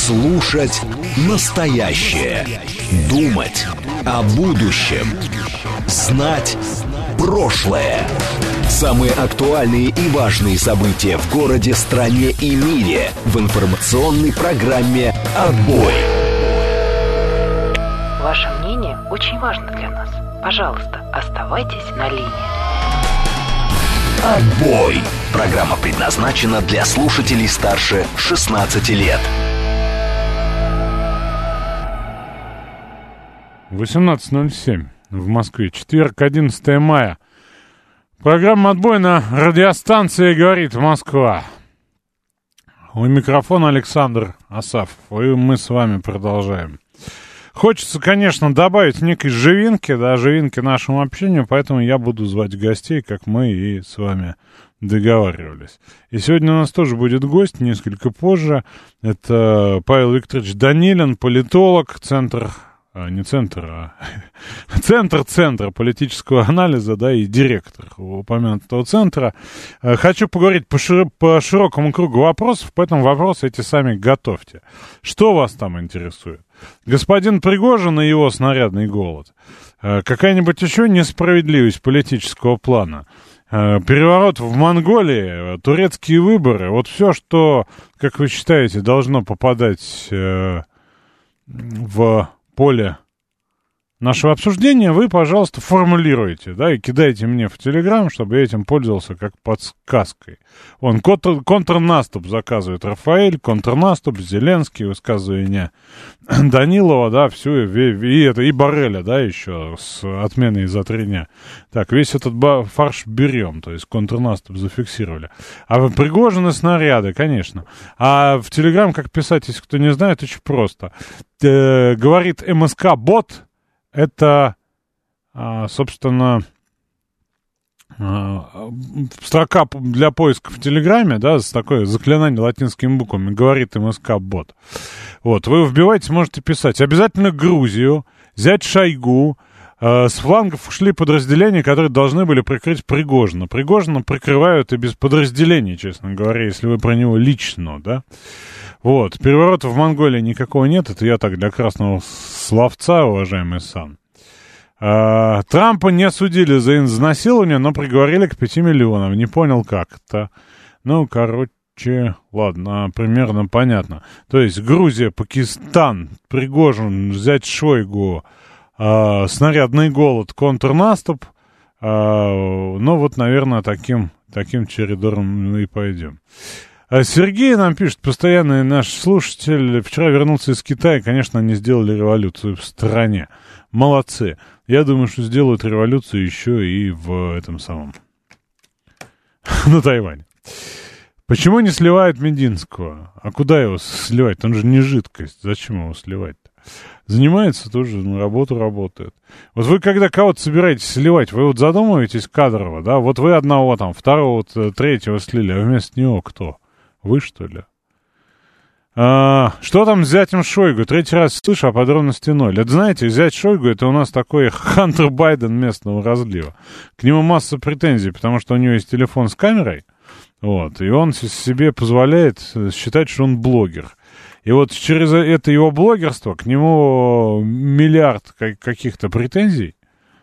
Слушать настоящее. Думать о будущем. Знать прошлое. Самые актуальные и важные события в городе, стране и мире в информационной программе «Отбой». Ваше мнение очень важно для нас. Пожалуйста, оставайтесь на линии. «Отбой». Программа предназначена для слушателей старше 16 лет. 18:07 в Москве. Четверг, 11 мая. Программа «Отбой» на радиостанции «Говорит Москва». У микрофона Александр Асафов. И мы с вами продолжаем. Хочется, конечно, добавить некой живинки нашему общению, поэтому я буду звать гостей, как мы и с вами договаривались. И сегодня у нас тоже будет гость, несколько позже. Это Павел Викторович Данилин, политолог, Центр политического анализа, да, и директор упомянутого центра. Хочу поговорить по широкому кругу вопросов, поэтому вопросы эти сами готовьте. Что вас там интересует? Господин Пригожин и его снарядный голод? Какая-нибудь еще несправедливость политического плана? Переворот в Монголии, турецкие выборы, вот все, что, как вы считаете, должно попадать в поле нашего обсуждения, вы, пожалуйста, формулируйте, да, и кидайте мне в Телеграм, чтобы я этим пользовался как подсказкой. Контрнаступ заказывает Рафаэль, контрнаступ Зеленский, высказывание Данилова, да, и Борреля, да, еще с отменой за 3 дня. Так, весь этот фарш берем, то есть контрнаступ зафиксировали. А Пригожин и снаряды, конечно. А в Телеграм, как писать, если кто не знает, очень просто. Говорит МСК-бот. Это, собственно, строка для поиска в Телеграме, да, с такой заклинанием латинскими буквами, говорит МСК-бот. Вот, вы вбиваете, можете писать. Обязательно Грузию, взять Шойгу. С флангов шли подразделения, которые должны были прикрыть Пригожина. Пригожина прикрывают и без подразделений, честно говоря, если вы про него лично, да. Вот, переворота в Монголии никакого нет, это я так для красного словца, уважаемый Сан. Трампа не осудили за изнасилование, но приговорили к 5 миллионам. Не понял, как это. Ну, короче, ладно, примерно понятно. То есть Грузия, Пакистан, Пригожин, взять Шойгу, снарядный голод, контрнаступ. Ну, вот, наверное, таким чередором мы и пойдем. Сергей нам пишет, постоянный наш слушатель, вчера вернулся из Китая, конечно, они сделали революцию в стране. Молодцы. Я думаю, что сделают революцию еще и в этом самом, на Тайване. Почему не сливают Мединского? А куда его сливать? Он же не жидкость. Зачем его сливать-то? Занимается тоже, работу работает. Вот вы, когда кого-то собираетесь сливать, вы вот задумываетесь кадрово, да? Вот вы одного там, второго, третьего слили, а вместо него кто? Вы, что ли? Что там с зятем Шойгу? 3-й раз слышу, а подробностей 0. Это, знаете, зять Шойгу, это у нас такой Хантер Байден местного разлива. К нему масса претензий, потому что у него есть телефон с камерой, вот, и он себе позволяет считать, что он блогер. И вот через это его блогерство к нему миллиард каких-то претензий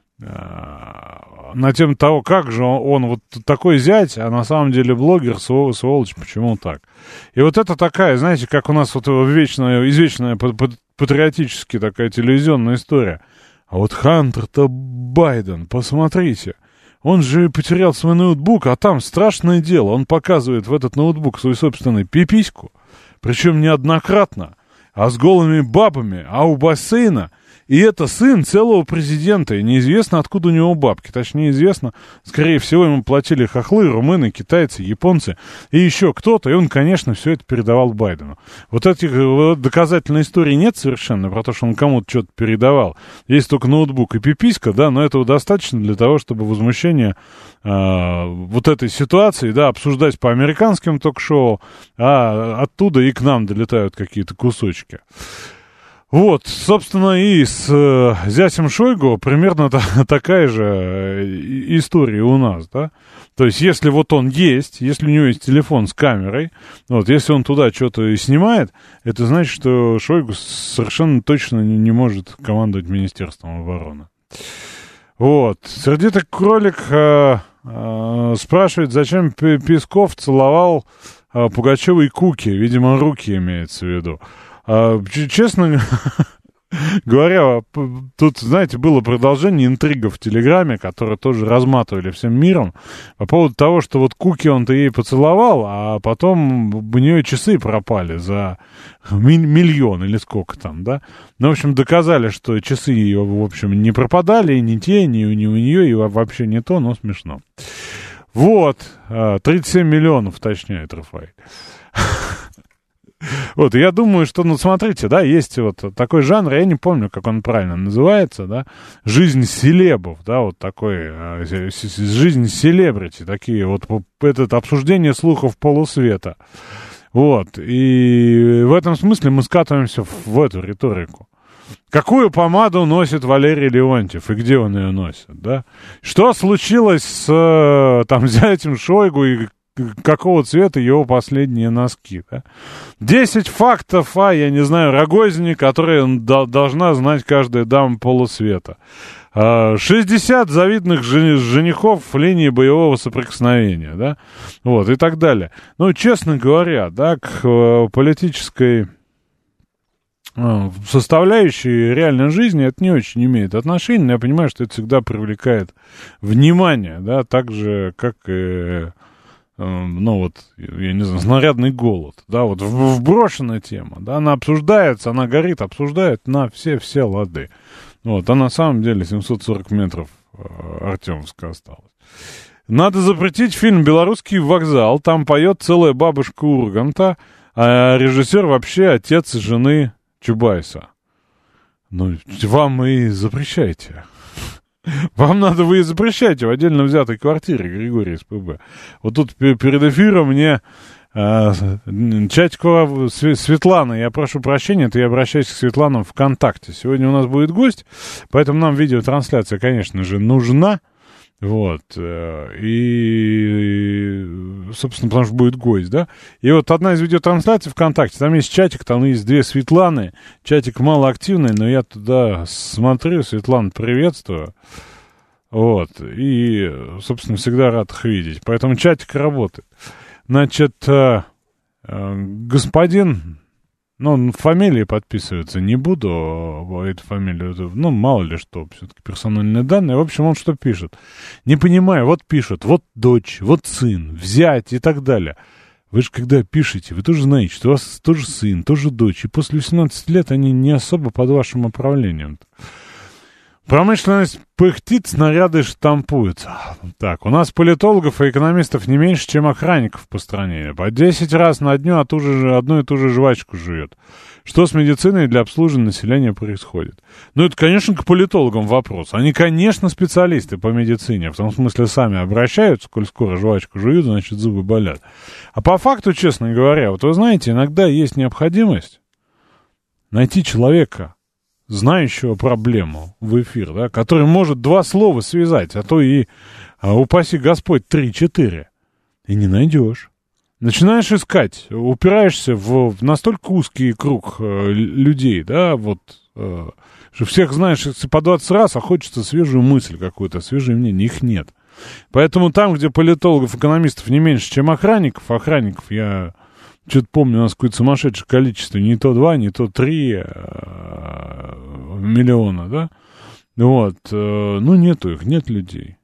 на тему того, как же он вот такой зять, а на самом деле блогер, сволочь, почему так. И вот это такая, знаете, как у нас вот извечная патриотически такая телевизионная история. А вот Хантер-то Байден, посмотрите, он же потерял свой ноутбук, а там страшное дело, он показывает в этот ноутбук свою собственную пипиську, причем неоднократно, а с голыми бабами, а у бассейна. И это сын целого президента, и неизвестно, откуда у него бабки. Точнее, известно, скорее всего, ему платили хохлы, румыны, китайцы, японцы и еще кто-то, и он, конечно, все это передавал Байдену. Вот этих доказательной истории нет совершенно, про то, что он кому-то что-то передавал. Есть только ноутбук и пиписька, да, но этого достаточно для того, чтобы возмущение вот этой ситуации, да, обсуждать по американским ток-шоу, а оттуда и к нам долетают какие-то кусочки. Вот, собственно, и с зятем Шойгу примерно такая же история у нас, да. То есть, если вот он есть, если у него есть телефон с камерой, вот, если он туда что-то снимает, это значит, что Шойгу совершенно точно не может командовать Министерством обороны. Вот. Сердитый кролик спрашивает, зачем Песков целовал Пугачевой куки, видимо, руки имеется в виду. Честно говоря, тут, знаете, было продолжение интрига в Телеграме, которое тоже разматывали всем миром, по поводу того, что вот куки он-то ей поцеловал, а потом у нее часы пропали за миллион или сколько там, да? Ну, в общем, доказали, что часы ее, в общем, не пропадали, и не те, ни у нее, и вообще не то, но смешно. Вот, 37 миллионов, уточняет Рафаэль. Вот, я думаю, что, ну, смотрите, да, есть вот такой жанр, я не помню, как он правильно называется, да, жизнь селебов, да, вот такой, жизнь селебрити, такие вот, это обсуждение слухов полусвета, вот, и в этом смысле мы скатываемся в эту риторику. Какую помаду носит Валерий Леонтьев и где он ее носит, да? Что случилось с, там, зятем Шойгу и какого цвета его последние носки, да? 10 фактов я не знаю, Рогозине, которые должна знать каждая дама полусвета. 60 завидных женихов в линии боевого соприкосновения, да? Вот, и так далее. Ну, честно говоря, да, к политической составляющей реальной жизни это не очень имеет отношения, но я понимаю, что это всегда привлекает внимание, да, так же, как и ну вот, я не знаю, снарядный голод, да, вот вброшенная тема, да, она обсуждается, она горит, обсуждает на все лады. Вот, а на самом деле 740 метров Артемовска осталось. Надо запретить фильм «Белорусский вокзал», там поет целая бабушка Урганта, а режиссер вообще отец жены Чубайса. Ну, вам и запрещайте. Вам надо, вы и запрещаете в отдельно взятой квартире, Григорий СПБ. Вот тут перед эфиром мне Чатикова Светлана, я прошу прощения, это я обращаюсь к Светланам ВКонтакте. Сегодня у нас будет гость, поэтому нам видеотрансляция, конечно же, нужна. Вот, и, собственно, потому что будет гость, да, и вот одна из видеотрансляций ВКонтакте, там есть чатик, там есть две Светланы, чатик малоактивный, но я туда смотрю, Светлана, приветствую, вот, и, собственно, всегда рад их видеть, поэтому чатик работает. Значит, господин... Ну, фамилии подписываться не буду, эту фамилию, ну, мало ли что, все-таки персональные данные. В общем, он что пишет? Не понимаю, вот пишет, вот дочь, вот сын, взять и так далее. Вы же когда пишете, вы тоже знаете, что у вас тоже сын, тоже дочь, и после 18 лет они не особо под вашим управлением. Промышленность пыхтит, снаряды штампуются. Так, у нас политологов и экономистов не меньше, чем охранников по стране. По 10 раз на дню одну и ту же жвачку жует. Что с медициной для обслуживания населения происходит? Ну, это, конечно, к политологам вопрос. Они, конечно, специалисты по медицине. В том смысле, сами обращаются, коль скоро жвачку жуют, значит, зубы болят. А по факту, честно говоря, вот вы знаете, иногда есть необходимость найти человека, знающего проблему в эфир, да, который может два слова связать, а то и, упаси Господь, 3-4, и не найдешь. Начинаешь искать, упираешься в настолько узкий круг людей, да, вот, что всех знаешь по 20 раз, а хочется свежую мысль какую-то, свежее мнение, их нет. Поэтому там, где политологов, экономистов не меньше, чем охранников я... Что-то помню, у нас какое-то сумасшедшее количество, не то 2, не то 3 миллиона, да? Вот, ну, нету их, нет людей.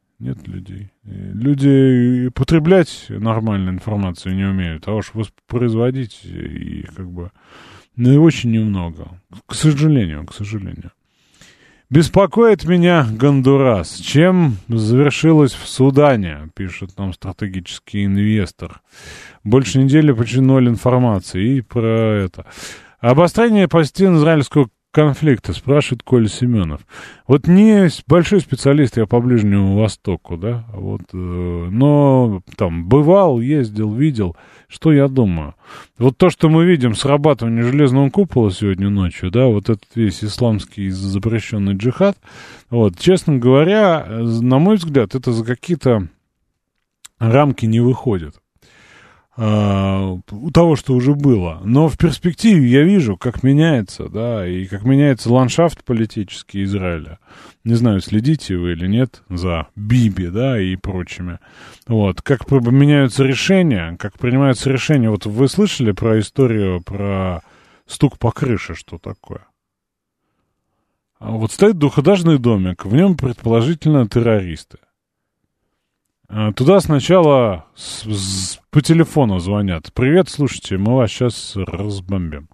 Люди потреблять нормальную информацию не умеют, а уж воспроизводить и как бы, ну, и очень немного. К сожалению. Беспокоит меня Гондурас. Чем завершилось в Судане, пишет нам стратегический инвестор. Больше недели почти ноль информации. И про это. Обострение палестино-израильского конфликта, спрашивает Коля Семенов. Вот не большой специалист я по Ближнему Востоку, да, вот, но там бывал, ездил, видел, что я думаю. Вот то, что мы видим срабатывание железного купола сегодня ночью, да, вот этот весь исламский запрещенный джихад, вот, честно говоря, на мой взгляд, это за какие-то рамки не выходит. У того, что уже было. Но в перспективе я вижу, как меняется, да, и как меняется ландшафт политический Израиля. Не знаю, следите вы или нет за Биби, да, и прочими. Вот, как меняются решения, как принимаются решения. Вот вы слышали про историю про стук по крыше, что такое? Вот стоит двухэтажный домик, в нем предположительно террористы. Туда сначала по телефону звонят. Привет, слушайте, мы вас сейчас разбомбим.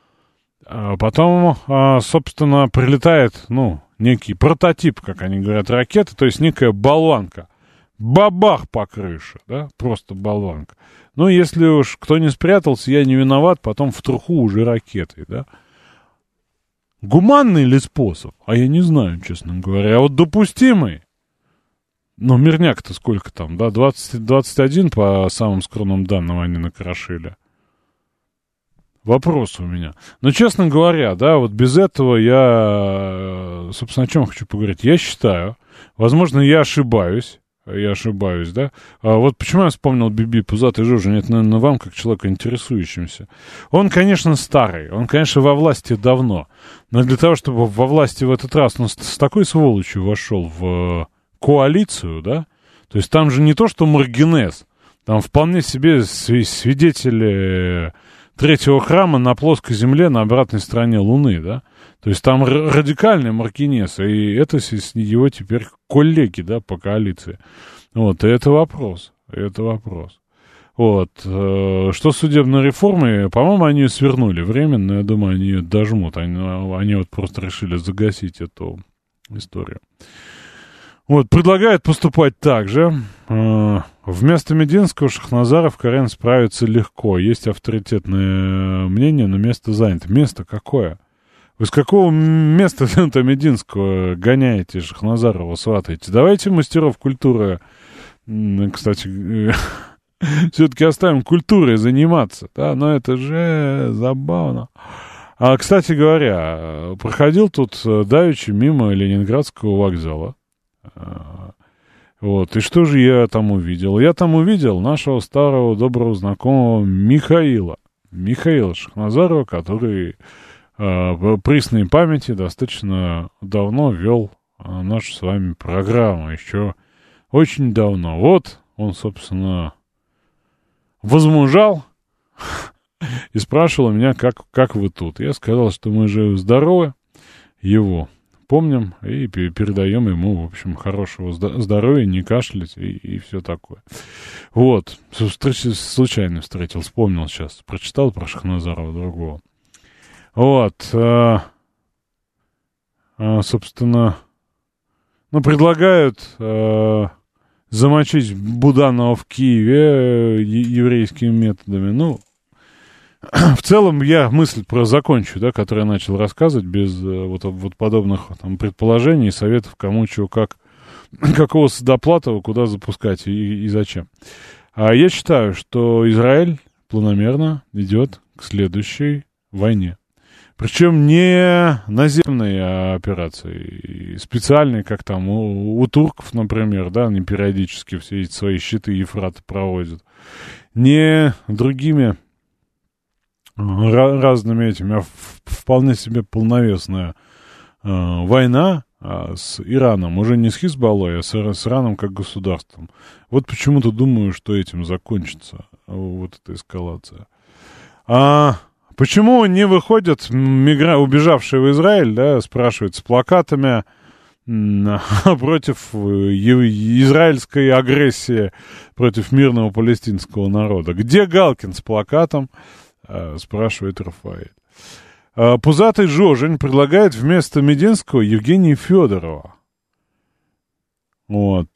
А потом, собственно, прилетает, некий прототип, как они говорят, ракеты, то есть некая болванка. Бабах по крыше, да, просто болванка. Если уж кто не спрятался, я не виноват, потом в труху уже ракетой, да. Гуманный ли способ? А я не знаю, честно говоря. А вот допустимый? Мирняк-то сколько там, да? 21 по самым скромным данным они накрошили. Вопрос у меня. Честно говоря, да, вот без этого я, собственно, о чем хочу поговорить. Я считаю, возможно, я ошибаюсь, да. Вот почему я вспомнил Биби Пузатый Жужжин, это, наверное, вам, как человеку интересующимся. Он, конечно, старый, он, конечно, во власти давно, но для того, чтобы во власти в этот раз, с такой сволочью вошел в коалицию, да, то есть там же не то, что маргинез, там вполне себе свидетели третьего храма на плоской земле на обратной стороне Луны, да, то есть там радикальный маргинез, и это его теперь коллеги, да, по коалиции. Вот, и это вопрос. Вот, что с судебной реформой, по-моему, они ее свернули временно, я думаю, они ее дожмут, они вот просто решили загасить эту историю. Вот, предлагают поступать так же. Вместо Мединского Шахназаров Карен справится легко. Есть авторитетное мнение, но место занято. Место какое? Вы с какого места Мединского гоняете Шахназарова, сватаете? Давайте мастеров культуры, кстати, все-таки оставим культурой заниматься, да, но это же забавно. Кстати говоря, проходил тут давеча мимо Ленинградского вокзала. Вот, и что же я там увидел? Я там увидел нашего старого доброго знакомого Михаила Шахназарова, который пресной памяти достаточно давно вел нашу с вами программу, еще очень давно. Вот он, собственно, возмужал и спрашивал меня, как вы тут. Я сказал, что мы живы-здоровы, его помним и передаем ему, в общем, хорошего здоровья, не кашлять и все такое. Вот, случайно встретил, вспомнил сейчас, прочитал про Шахназарова другого. Вот, собственно, предлагают замочить Буданова в Киеве еврейскими методами. В целом я мысль закончу, да, которую я начал рассказывать, без вот подобных там предположений, советов, кому чего, какого Садоплатова, куда запускать и зачем. Я считаю, что Израиль планомерно идет к следующей войне. Причем не наземной операции, специальной, как там у турков, например, да, они периодически все эти свои щиты Ефрата проводят, не другими разными этими, а вполне себе полновесная война с Ираном, уже не с Хизбаллой, а с Ираном как государством. Вот почему-то думаю, что этим закончится вот эта эскалация. Почему не выходят убежавшие в Израиль, да, спрашивают, с плакатами против израильской агрессии против мирного палестинского народа? Где Галкин с плакатом? Спрашивает Рафаэль. Пузатый Жожень предлагает вместо Мединского Евгения Федорова. Вот.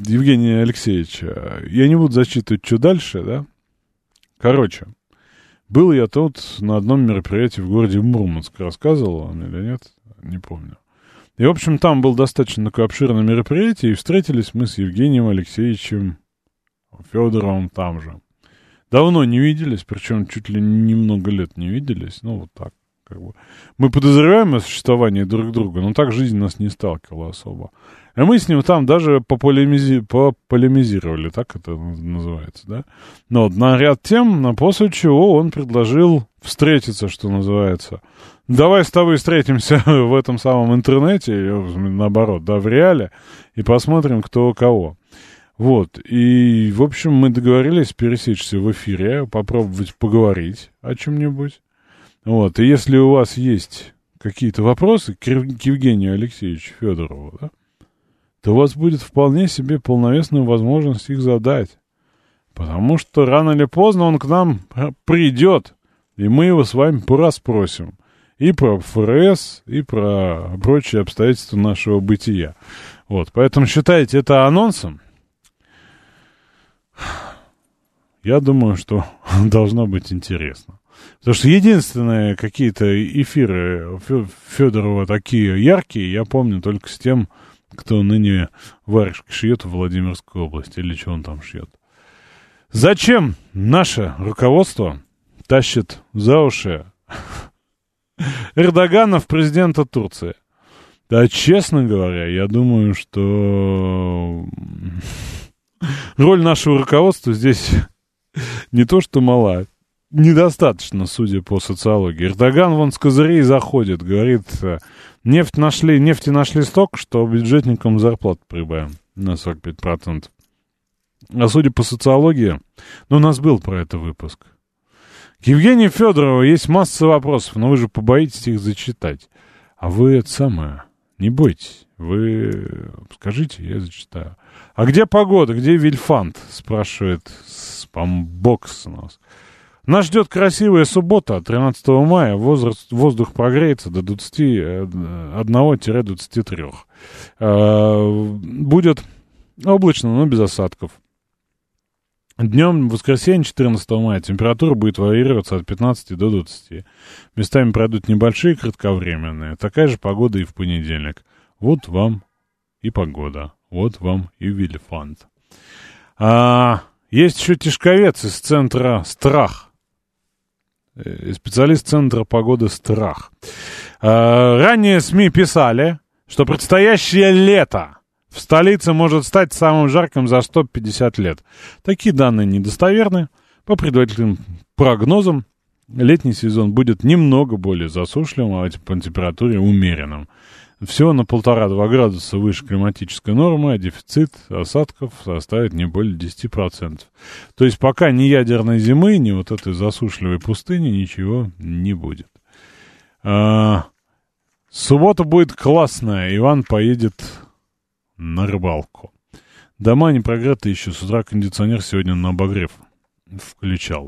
Евгения Алексеевича. Я не буду зачитывать, что дальше, да? Короче. Был я тут на одном мероприятии в городе Мурманск. Рассказывал вам или нет? Не помню. И, в общем, там было достаточно такое обширное мероприятие, и встретились мы с Евгением Алексеевичем Федоровым там же. Давно не виделись, причем чуть ли не много лет не виделись. Ну, вот так, как бы. Мы подозреваем о существовании друг друга, но так жизнь нас не сталкивала особо. И мы с ним там даже пополемизировали, так это называется, да? Но вот на ряд тем, после чего он предложил встретиться, что называется. Давай с тобой встретимся в этом самом интернете, наоборот, да, в реале, и посмотрим, кто кого. Вот, и, в общем, мы договорились пересечься в эфире, попробовать поговорить о чем-нибудь. Вот, и если у вас есть какие-то вопросы к Евгению Алексеевичу Федорову, да, то у вас будет вполне себе полновесная возможность их задать. Потому что рано или поздно он к нам придет, и мы его с вами порасспросим. И про ФРС, и про прочие обстоятельства нашего бытия. Вот, поэтому считайте это анонсом. Я думаю, что должно быть интересно. Потому что единственные какие-то эфиры Федорова такие яркие, я помню только с тем, кто ныне варежки шьет в Владимирской области, или что он там шьет. Зачем наше руководство тащит за уши Эрдогана в президента Турции? Да, честно говоря, я думаю, что роль нашего руководства здесь не то что мала, недостаточно, судя по социологии. Эрдоган вон с козырей заходит, говорит, нефти нашли столько, что бюджетникам зарплату прибавим на 45%. А судя по социологии, у нас был про это выпуск. К Евгению Федорову есть масса вопросов, но вы же побоитесь их зачитать. А вы это самое, не бойтесь, вы скажите, я зачитаю. А где погода, где Вильфант, спрашивает Спамбокс у нас. Нас ждет красивая суббота, 13 мая, воздух прогреется до 21-23. Будет облачно, но без осадков. Днем в воскресенье, 14 мая, температура будет варьироваться от 15 до 20. Местами пройдут небольшие, кратковременные. Такая же погода и в понедельник. Вот вам и погода. Вот вам и Вильфант. Есть еще Тишковец из центра «Страх». Специалист центра погоды «Страх». Ранее СМИ писали, что предстоящее лето в столице может стать самым жарким за 150 лет. Такие данные недостоверны. По предварительным прогнозам, летний сезон будет немного более засушливым, а по температуре умеренным. Всего на 1,5-2 градуса выше климатической нормы, а дефицит осадков составит не более 10%. То есть пока ни ядерной зимы, ни вот этой засушливой пустыни ничего не будет. Суббота будет классная. Иван поедет на рыбалку. Дома не прогреты еще. С утра кондиционер сегодня на обогрев включал.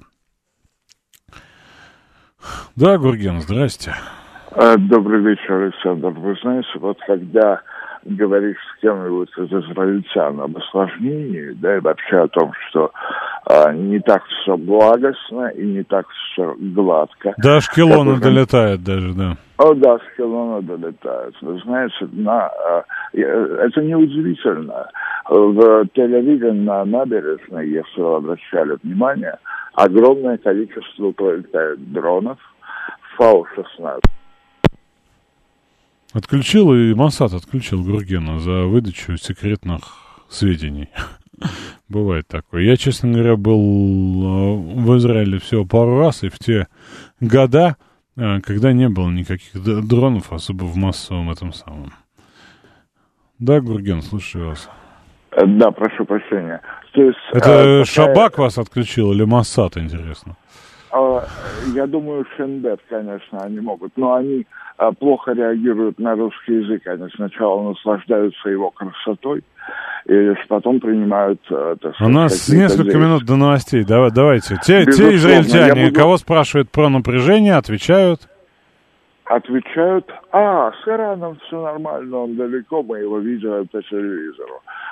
Да, Гурген, здрасте. Добрый вечер, Александр. Вы знаете, вот когда говоришь с кем-нибудь из израильтян об осложнении, да, и вообще о том, что не так все благостно и не так все гладко. До Ашкелона долетает даже, да. До Ашкелона долетает. Вы знаете, это неудивительно. В Тель-Авиве на набережной, если вы обращали внимание, огромное количество пролетает дронов Фау-16. Отключил, и Моссад отключил Гургена за выдачу секретных сведений. Бывает такое. Я, честно говоря, был в Израиле всего пару раз, и в те года, когда не было никаких дронов, особо в массовом этом самом. Да, Гурген, слушаю вас. Да, прошу прощения. То есть, это Шабак вас отключил или Моссад, интересно? Я думаю, Шенбет, конечно, они могут, но они плохо реагируют на русский язык. Они сначала наслаждаются его красотой, и лишь потом принимают... У нас несколько минут до новостей. Давайте. Те израильтяне, кого спрашивают про напряжение, отвечают... Отвечают, с Ираном все нормально, он далеко, мы его видели по телевизору.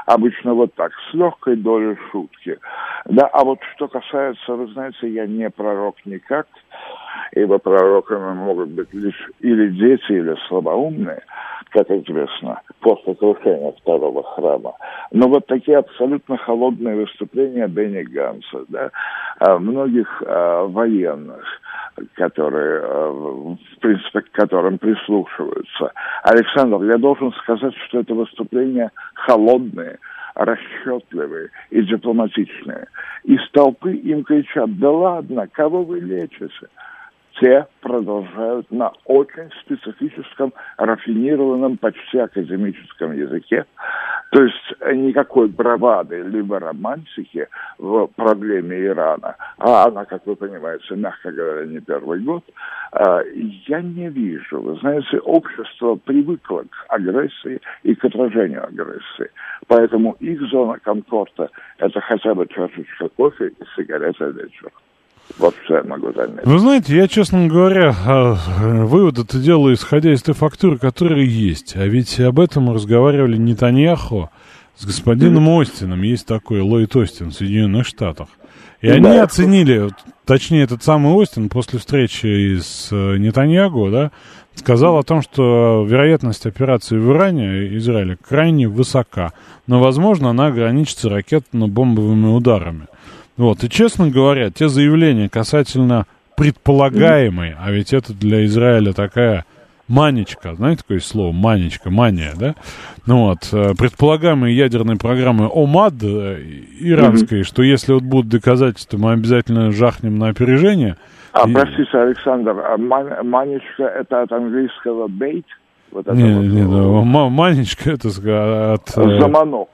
Обычно вот так, с легкой долей шутки. Да, а вот что касается, вы знаете, я не пророк никак, ибо пророками могут быть лишь или дети, или слабоумные, как известно, после крушения второго храма. Но вот такие абсолютно холодные выступления Бенни Ганса, да, многих военных, которые, в принципе, к которым прислушиваются. Александр, я должен сказать, что это выступления холодные, расчетливые и дипломатичные. Из толпы им кричат: да ладно, кого вы лечите? Те продолжают на очень специфическом, рафинированном, почти академическом языке. То есть никакой бравады либо романтики в проблеме Ирана, а она, как вы понимаете, мягко говоря, не первый год, я не вижу. Вы знаете, общество привыкло к агрессии и к отражению агрессии. Поэтому их зона комфорта – это хотя бы чашечка кофе и сигарета вечером. Вот что я могу заметить. Вы знаете, я, честно говоря, выводы-то делаю, исходя из той фактуры, которая есть. А ведь об этом разговаривали Нетаньяху с господином Остином. Есть такой Ллойд Остин в Соединенных Штатах. И они оценили, точнее, этот самый Остин после встречи с Нетаньяху, да, сказал о том, что вероятность операции в Иране, Израиле, крайне высока. Но, возможно, она ограничится ракетно-бомбовыми ударами. Вот, и, честно говоря, те заявления касательно предполагаемой, а ведь это для Израиля такая манечка, знаете такое слово, манечка, мания, да? Ну вот, предполагаемой ядерной программы ОМАД иранской, что если вот будут доказательства, мы обязательно жахнем на опережение. Простите, Александр, манечка это от английского bait? Вот нет, манечка это от... Заманок.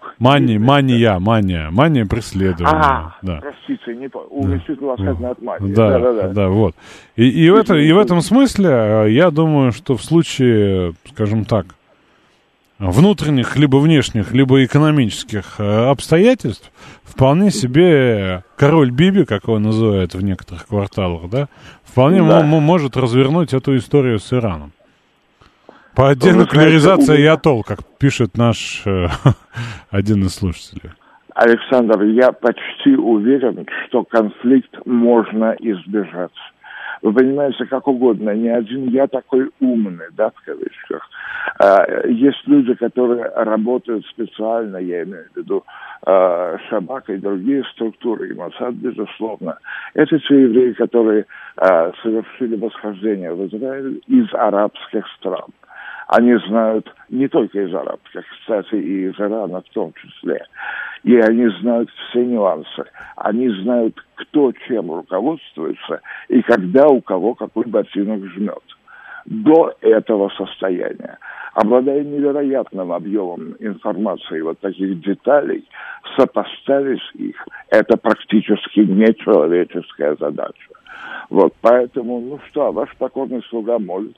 Мания преследования. Да. Простите, уместить ласкательно от мании. Да, вот. И в этом смысле, я думаю, что в случае, скажем так, внутренних, либо внешних, либо экономических обстоятельств, вполне себе король Биби, как его называют в некоторых кварталах, да, вполне может развернуть эту историю с Ираном. По денуклеаризации и атолл, как пишет наш один из слушателей. Александр, я почти уверен, что конфликт можно избежать. Вы понимаете, как угодно, не один я такой умный, да, в кавычках. Есть люди, которые работают специально, я имею в виду Шабак и другие структуры, и Моссад, безусловно. Это те евреи, которые совершили восхождение в Израиль из арабских стран. Они знают не только из арабских, кстати, и из Ирана в том числе. И они знают все нюансы. Они знают, кто чем руководствуется и когда у кого какой ботинок жмет. До этого состояния, обладая невероятным объемом информации, вот таких деталей, сопоставить их, это практически нечеловеческая задача. Вот, поэтому, ваш покорный слуга молится.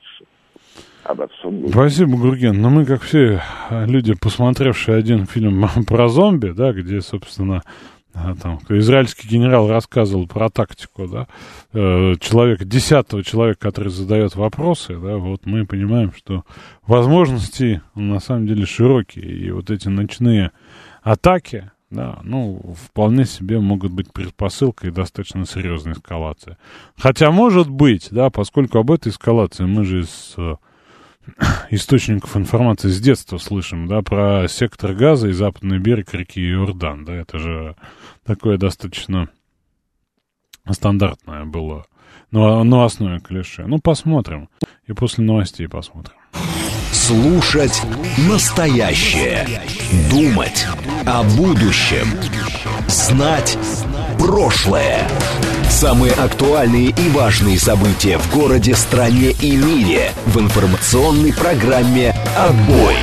Спасибо, Гурген. Но мы, как все люди, посмотревшие один фильм про зомби, да, где, собственно, там израильский генерал рассказывал про тактику, да, человека, 10-го человека, который задает вопросы, да, вот мы понимаем, что возможности на самом деле широкие, и вот эти ночные атаки, да, вполне себе могут быть предпосылкой достаточно серьезной эскалации. Хотя, может быть, да, поскольку об этой эскалации мы же из источников информации с детства слышим, да, про сектор Газа и западный берег реки Иордан, да, это же такое достаточно стандартное было новостное клише. Посмотрим. И после новостей посмотрим. Слушать настоящее. Думать о будущем. Знать прошлое. Самые актуальные и важные события в городе, стране и мире в информационной программе «Отбой».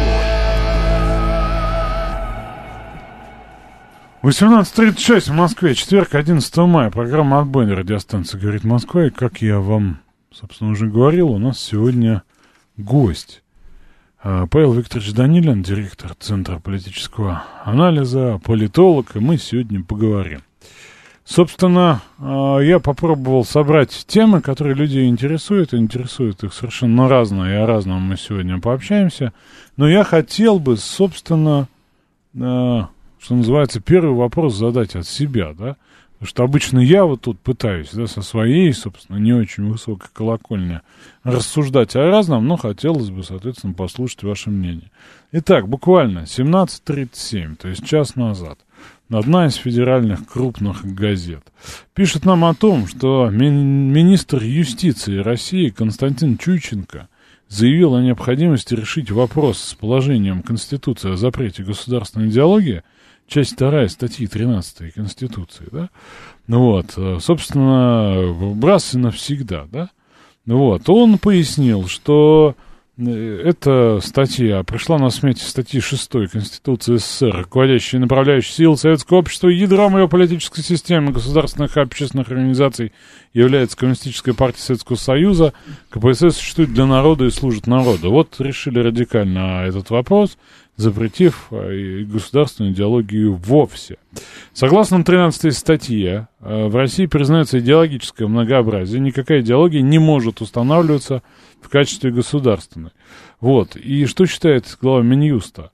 18:36 в Москве, четверг, 11 мая. Программа «Отбой» на радиостанции «Говорит Москва». И, как я вам, собственно, уже говорил, у нас сегодня гость. Павел Викторович Данилин, директор Центра политического анализа, политолог, и мы сегодня поговорим. Собственно, я попробовал собрать темы, которые людей интересуют их совершенно разные, и о разном мы сегодня пообщаемся. Но я хотел бы, собственно, что называется, первый вопрос задать от себя, да? Потому что обычно я вот тут пытаюсь, да, со своей, собственно, не очень высокой колокольни рассуждать о разном, но хотелось бы, соответственно, послушать ваше мнение. Итак, буквально 17:37, то есть час назад, одна из федеральных крупных газет пишет нам о том, что министр юстиции России Константин Чуйченко заявил о необходимости решить вопрос с положением Конституции о запрете государственной идеологии, часть 2 статьи 13 Конституции, да, вот, собственно, раз и навсегда, да, вот, он пояснил, что эта статья пришла на смете статьи 6 Конституции СССР, руководящей и направляющей силы советского общества, ядром ее политической системы государственных и общественных организаций является Коммунистическая партия Советского Союза, КПСС существует для народа и служит народу. Вот решили радикально этот вопрос, запретив государственную идеологию вовсе. Согласно 13 статье, в России признается идеологическое многообразие, никакая идеология не может устанавливаться в качестве государственной. Вот. И что считает глава Минюста?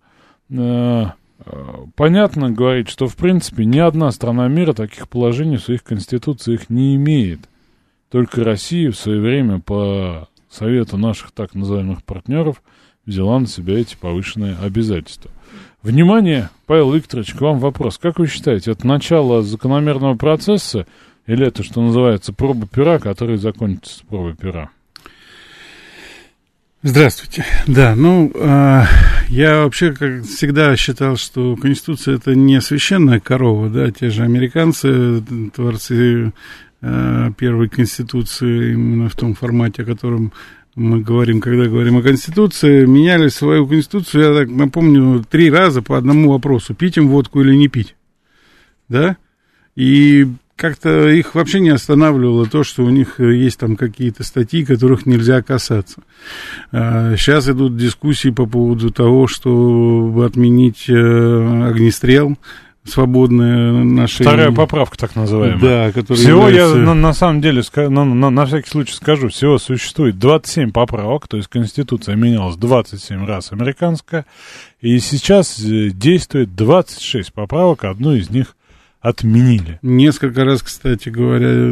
Понятно говорит, что в принципе ни одна страна мира таких положений в своих конституциях не имеет. Только Россия в свое время по совету наших так называемых партнеров взяла на себя эти повышенные обязательства. Внимание, Павел Викторович, к вам вопрос. Как вы считаете, это начало закономерного процесса или это, что называется, проба пера, который закончится пробой пера? Здравствуйте. Да, я вообще, как всегда, считал, что Конституция — это не священная корова, да, те же американцы, творцы первой Конституции, именно в том формате, о котором мы говорим, когда говорим о Конституции, меняли свою Конституцию, я так напомню, 3 раза по одному вопросу: пить им водку или не пить, да, и как-то их вообще не останавливало то, что у них есть там какие-то статьи, которых нельзя касаться. Сейчас идут дискуссии по поводу того, чтобы отменить огнестрел, свободное ношение. Вторая поправка, так называемая. Да, которая всего является... я на самом деле, на всякий случай скажу, всего существует 27 поправок, то есть Конституция менялась 27 раз американская, и сейчас действует 26 поправок, одну из них отменили. Несколько раз, кстати говоря,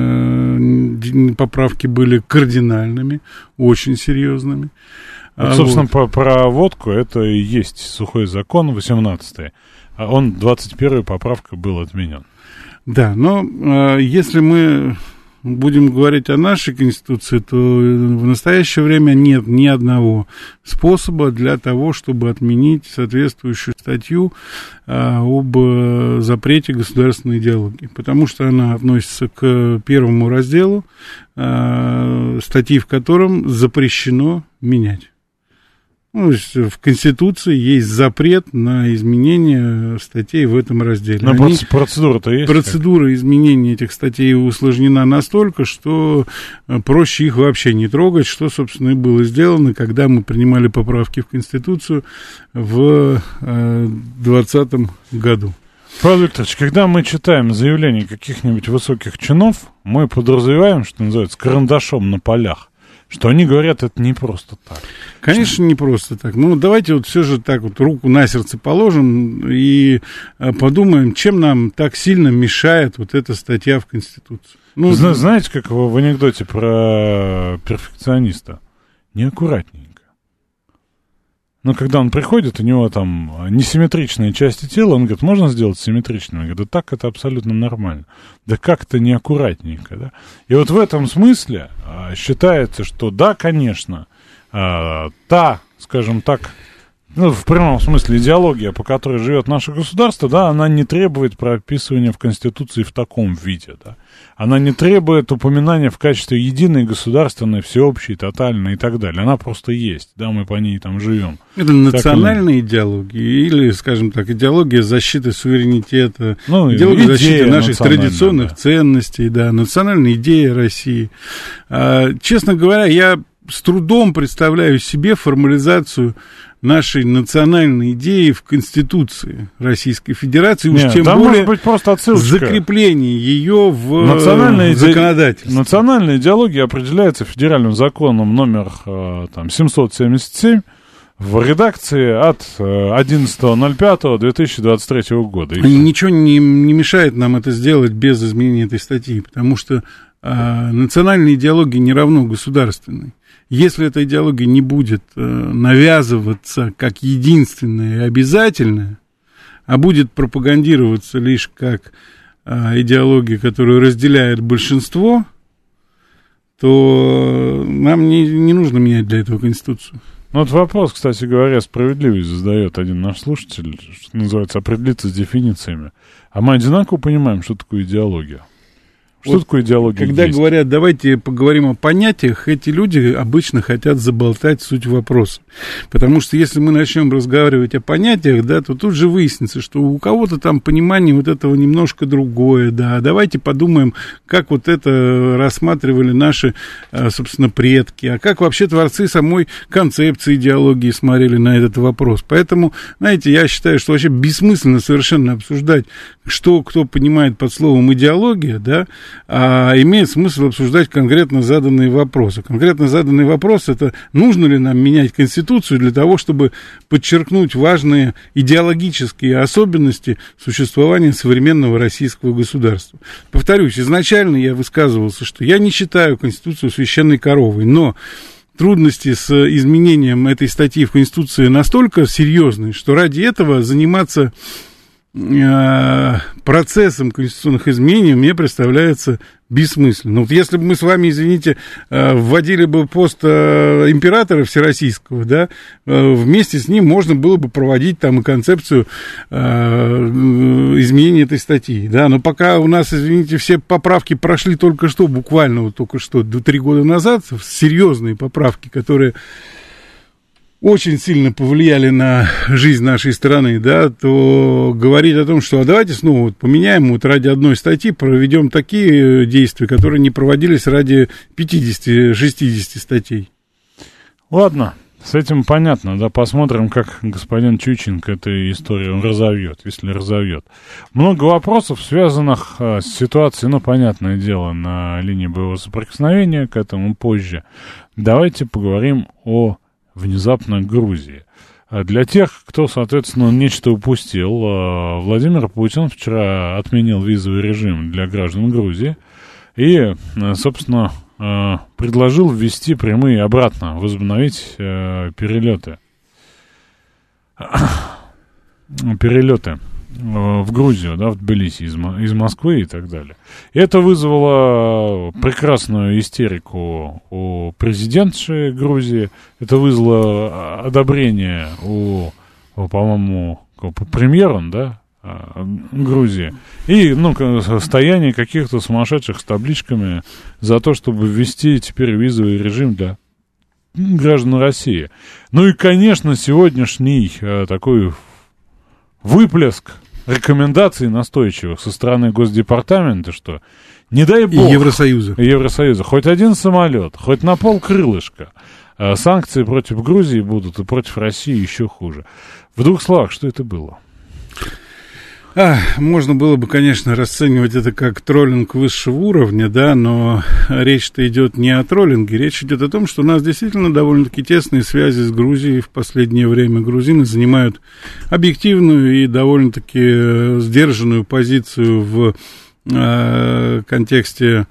поправки были кардинальными, очень серьезными. Вот, собственно, про водку это и есть сухой закон 18-й. А он, 21-й поправка, был отменен. Да, но если мы будем говорить о нашей Конституции, то в настоящее время нет ни одного способа для того, чтобы отменить соответствующую статью об запрете государственной идеологии, потому что она относится к первому разделу, статьи в котором запрещено менять. Ну, в Конституции есть запрет на изменение статей в этом разделе. Но процедура-то есть? Процедура изменения этих статей усложнена настолько, что проще их вообще не трогать, что, собственно, и было сделано, когда мы принимали поправки в Конституцию в 2020 году. Павел Викторович, когда мы читаем заявления каких-нибудь высоких чинов, мы подразумеваем, что называется, карандашом на полях, что они говорят, это не просто так. Конечно, не просто так. Ну, давайте вот все же так вот руку на сердце положим и подумаем, чем нам так сильно мешает вот эта статья в Конституции. Ну, знаете, как в анекдоте про перфекциониста? Неаккуратненько. Но когда он приходит, у него там несимметричные части тела, он говорит, можно сделать симметричными? Я говорю, да так это абсолютно нормально. Да как-то неаккуратненько, да? И вот в этом смысле считается, что да, конечно, та, скажем так, ну, в прямом смысле идеология, по которой живет наше государство, да, она не требует прописывания в Конституции в таком виде, да. Она не требует упоминания в качестве единой, государственной, всеобщей, тотальной и так далее. Она просто есть, да, мы по ней там живем. Это национальная идеология или, скажем так, идеология защиты суверенитета, ну, идеология защиты наших традиционных ценностей, да, национальная идея России. Честно говоря, я с трудом представляю себе формализацию нашей национальной идеи в Конституции Российской Федерации, уж тем более может быть просто закрепление ее в законодательстве. Национальная идеология определяется федеральным законом номер там, 777, в редакции от 11.05.2023 года. И ничего не мешает нам это сделать без изменения этой статьи, потому что национальная идеология не равно государственной. Если эта идеология не будет навязываться как единственная и обязательная, а будет пропагандироваться лишь как идеология, которую разделяет большинство, то нам не нужно менять для этого Конституцию. Ну, вот вопрос, кстати говоря, справедливый задает один наш слушатель, что называется, определиться с дефинициями. А мы одинаково понимаем, что такое идеология? Что такое идеология? Когда есть? Говорят, давайте поговорим о понятиях, эти люди обычно хотят заболтать суть вопроса. Потому что если мы начнем разговаривать о понятиях, да, то тут же выяснится, что у кого-то там понимание вот этого немножко другое, да. Давайте подумаем, как вот это рассматривали наши, собственно, предки, а как вообще творцы самой концепции идеологии смотрели на этот вопрос. Поэтому, знаете, я считаю, что вообще бессмысленно совершенно обсуждать, что кто понимает под словом идеология, да, а имеет смысл обсуждать конкретно заданные вопросы. Конкретно заданный вопрос — это нужно ли нам менять Конституцию для того, чтобы подчеркнуть важные идеологические особенности существования современного российского государства. Повторюсь, изначально я высказывался, что я не считаю Конституцию священной коровой, но трудности с изменением этой статьи в Конституции настолько серьезные, что ради этого заниматься процессом конституционных изменений мне представляется бессмысленно. Вот если бы мы с вами, извините, вводили бы пост императора всероссийского, да, вместе с ним можно было бы проводить там и концепцию изменения этой статьи, да, но пока у нас, извините, все поправки прошли только что, буквально вот только что, 3 года назад, серьезные поправки, которые очень сильно повлияли на жизнь нашей страны, да, то говорить о том, что давайте снова вот поменяем вот ради одной статьи, проведем такие действия, которые не проводились ради 50-60 статей. Ладно, с этим понятно, да, посмотрим, как господин Чученко эту историю разовьет, если разовьет. Много вопросов, связанных с ситуацией, ну, понятное дело, на линии боевого соприкосновения, к этому позже. Давайте поговорим о внезапно Грузии. Для тех, кто, соответственно, нечто упустил, Владимир Путин вчера отменил визовый режим для граждан Грузии и, собственно, предложил ввести прямые обратно, возобновить перелеты в Грузию, да, в Тбилиси из Москвы и так далее. И это вызвало прекрасную истерику у президентши Грузии, это вызвало одобрение у по-моему, премьера, да, Грузии, и, ну, состояние каких-то сумасшедших с табличками за то, чтобы ввести теперь визовый режим для граждан России. Ну и, конечно, сегодняшний такой выплеск рекомендаций настойчивых со стороны Госдепартамента, что не дай бог... Евросоюза. Хоть один самолет, хоть на полкрылышка. Санкции против Грузии будут, и против России еще хуже. В 2 словах, что это было? Можно было бы, конечно, расценивать это как троллинг высшего уровня, да, но речь-то идет не о троллинге, речь идет о том, что у нас действительно довольно-таки тесные связи с Грузией в последнее время. Грузины занимают объективную и довольно-таки сдержанную позицию в контексте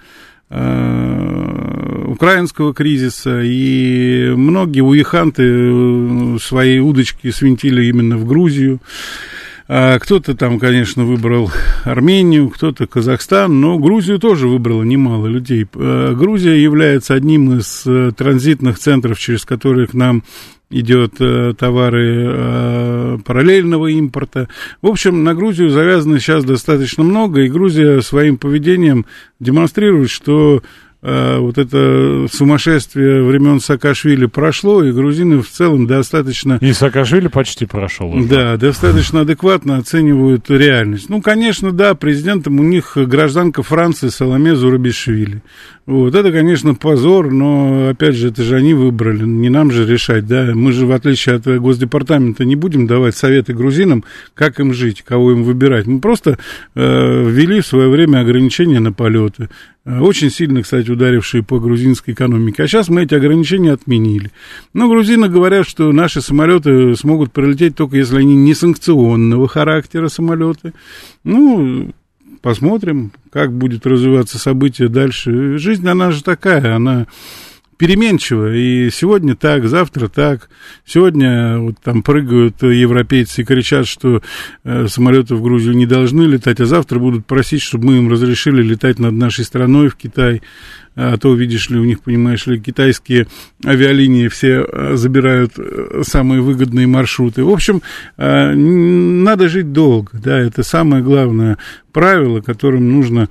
украинского кризиса, и многие уеханты свои удочки свинтили именно в Грузию. Кто-то там, конечно, выбрал Армению, кто-то Казахстан, но Грузию тоже выбрало немало людей. Грузия является одним из транзитных центров, через которые к нам идет товары параллельного импорта. В общем, на Грузию завязано сейчас достаточно много, и Грузия своим поведением демонстрирует, что вот это сумасшествие времен Саакашвили прошло, и грузины в целом достаточно... И Саакашвили почти прошел. Уже. Да, достаточно адекватно оценивают реальность. Ну, конечно, да, президентом у них гражданка Франции Саломе Зурабишвили. Вот, это, конечно, позор, но, опять же, это же они выбрали, не нам же решать, да, мы же, в отличие от Госдепартамента, не будем давать советы грузинам, как им жить, кого им выбирать. Мы просто ввели в свое время ограничения на полеты, очень сильно, кстати, ударившие по грузинской экономике, а сейчас мы эти ограничения отменили. Но грузины говорят, что наши самолеты смогут прилететь только если они не санкционного характера самолеты. Ну, посмотрим, как будет развиваться событие дальше. Жизнь, она же такая, она переменчивая. И сегодня так, завтра так. Сегодня вот там прыгают европейцы и кричат, что самолеты в Грузию не должны летать, а завтра будут просить, чтобы мы им разрешили летать над нашей страной в Китай. А то, видишь ли, у них, понимаешь ли, китайские авиалинии все забирают самые выгодные маршруты. В общем, надо жить долго, да, это самое главное правило, которым нужно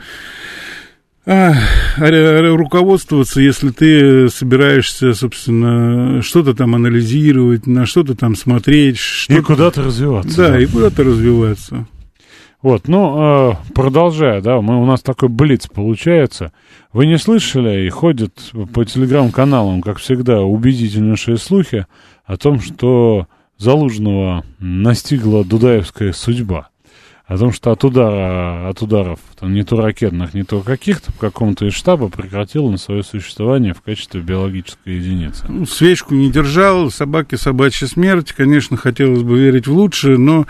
руководствоваться, если ты собираешься, собственно, что-то там анализировать, на что-то там смотреть. И куда-то развиваться. Да, и куда-то развиваться. Вот, ну, продолжая, да, у нас такой блиц получается. Вы не слышали, и ходят по телеграм-каналам, как всегда, убедительнейшие слухи о том, что Залужного настигла дудаевская судьба. О том, что от ударов там, не то ракетных, не то каких-то, в каком-то из штаба прекратил на свое существование в качестве биологической единицы. Ну, свечку не держал, собаке собачья смерть. Конечно, хотелось бы верить в лучшее, но,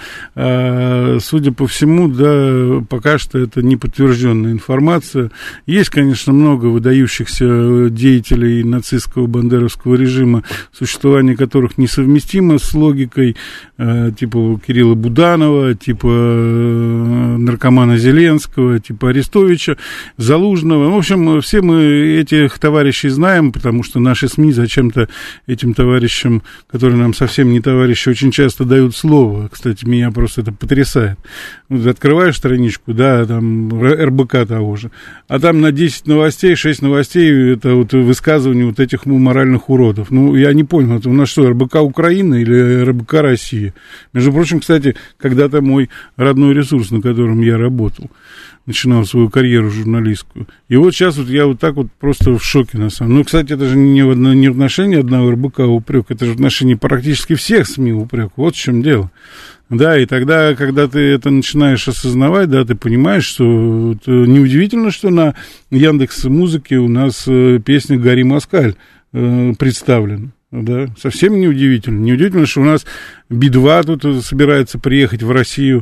судя по всему, да, пока что это не подтвержденная информация. Есть, конечно, много выдающихся деятелей нацистского бандеровского режима, существование которых несовместимо с логикой, типа Кирилла Буданова, типа наркомана Зеленского, типа Арестовича, Залужного. В общем, все мы этих товарищей знаем, потому что наши СМИ зачем-то этим товарищам, которые нам совсем не товарищи, очень часто дают слово. Кстати, меня просто это потрясает. Вот открываешь страничку, да, там РБК того же, а там на 10 новостей, 6 новостей, это вот высказывание вот этих моральных уродов. Ну, я не понял, это у нас что, РБК Украина или РБК Россия? Между прочим, кстати, когда-то мой родной ресурс, на котором я работал, начинал свою карьеру журналистскую. И вот сейчас вот я вот так вот просто в шоке, на самом деле. Ну, кстати, это же не в отношении одного РБК упрек, это же в отношении практически всех СМИ упрек. Вот в чем дело. Да, и тогда, когда ты это начинаешь осознавать, да, ты понимаешь, что это неудивительно, что на Яндекс.Музыке у нас песня «Гори Москаль» представлена. Да, совсем неудивительно. Неудивительно, что у нас Би-2 тут собирается приехать в Россию,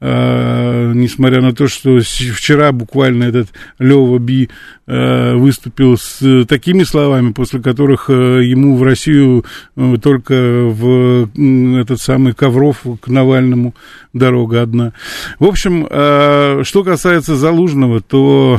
несмотря на то, что вчера буквально этот Лёва Би выступил с такими словами, после которых ему в Россию только в этот самый Ковров к Навальному дорога одна. В общем, что касается Залужного, то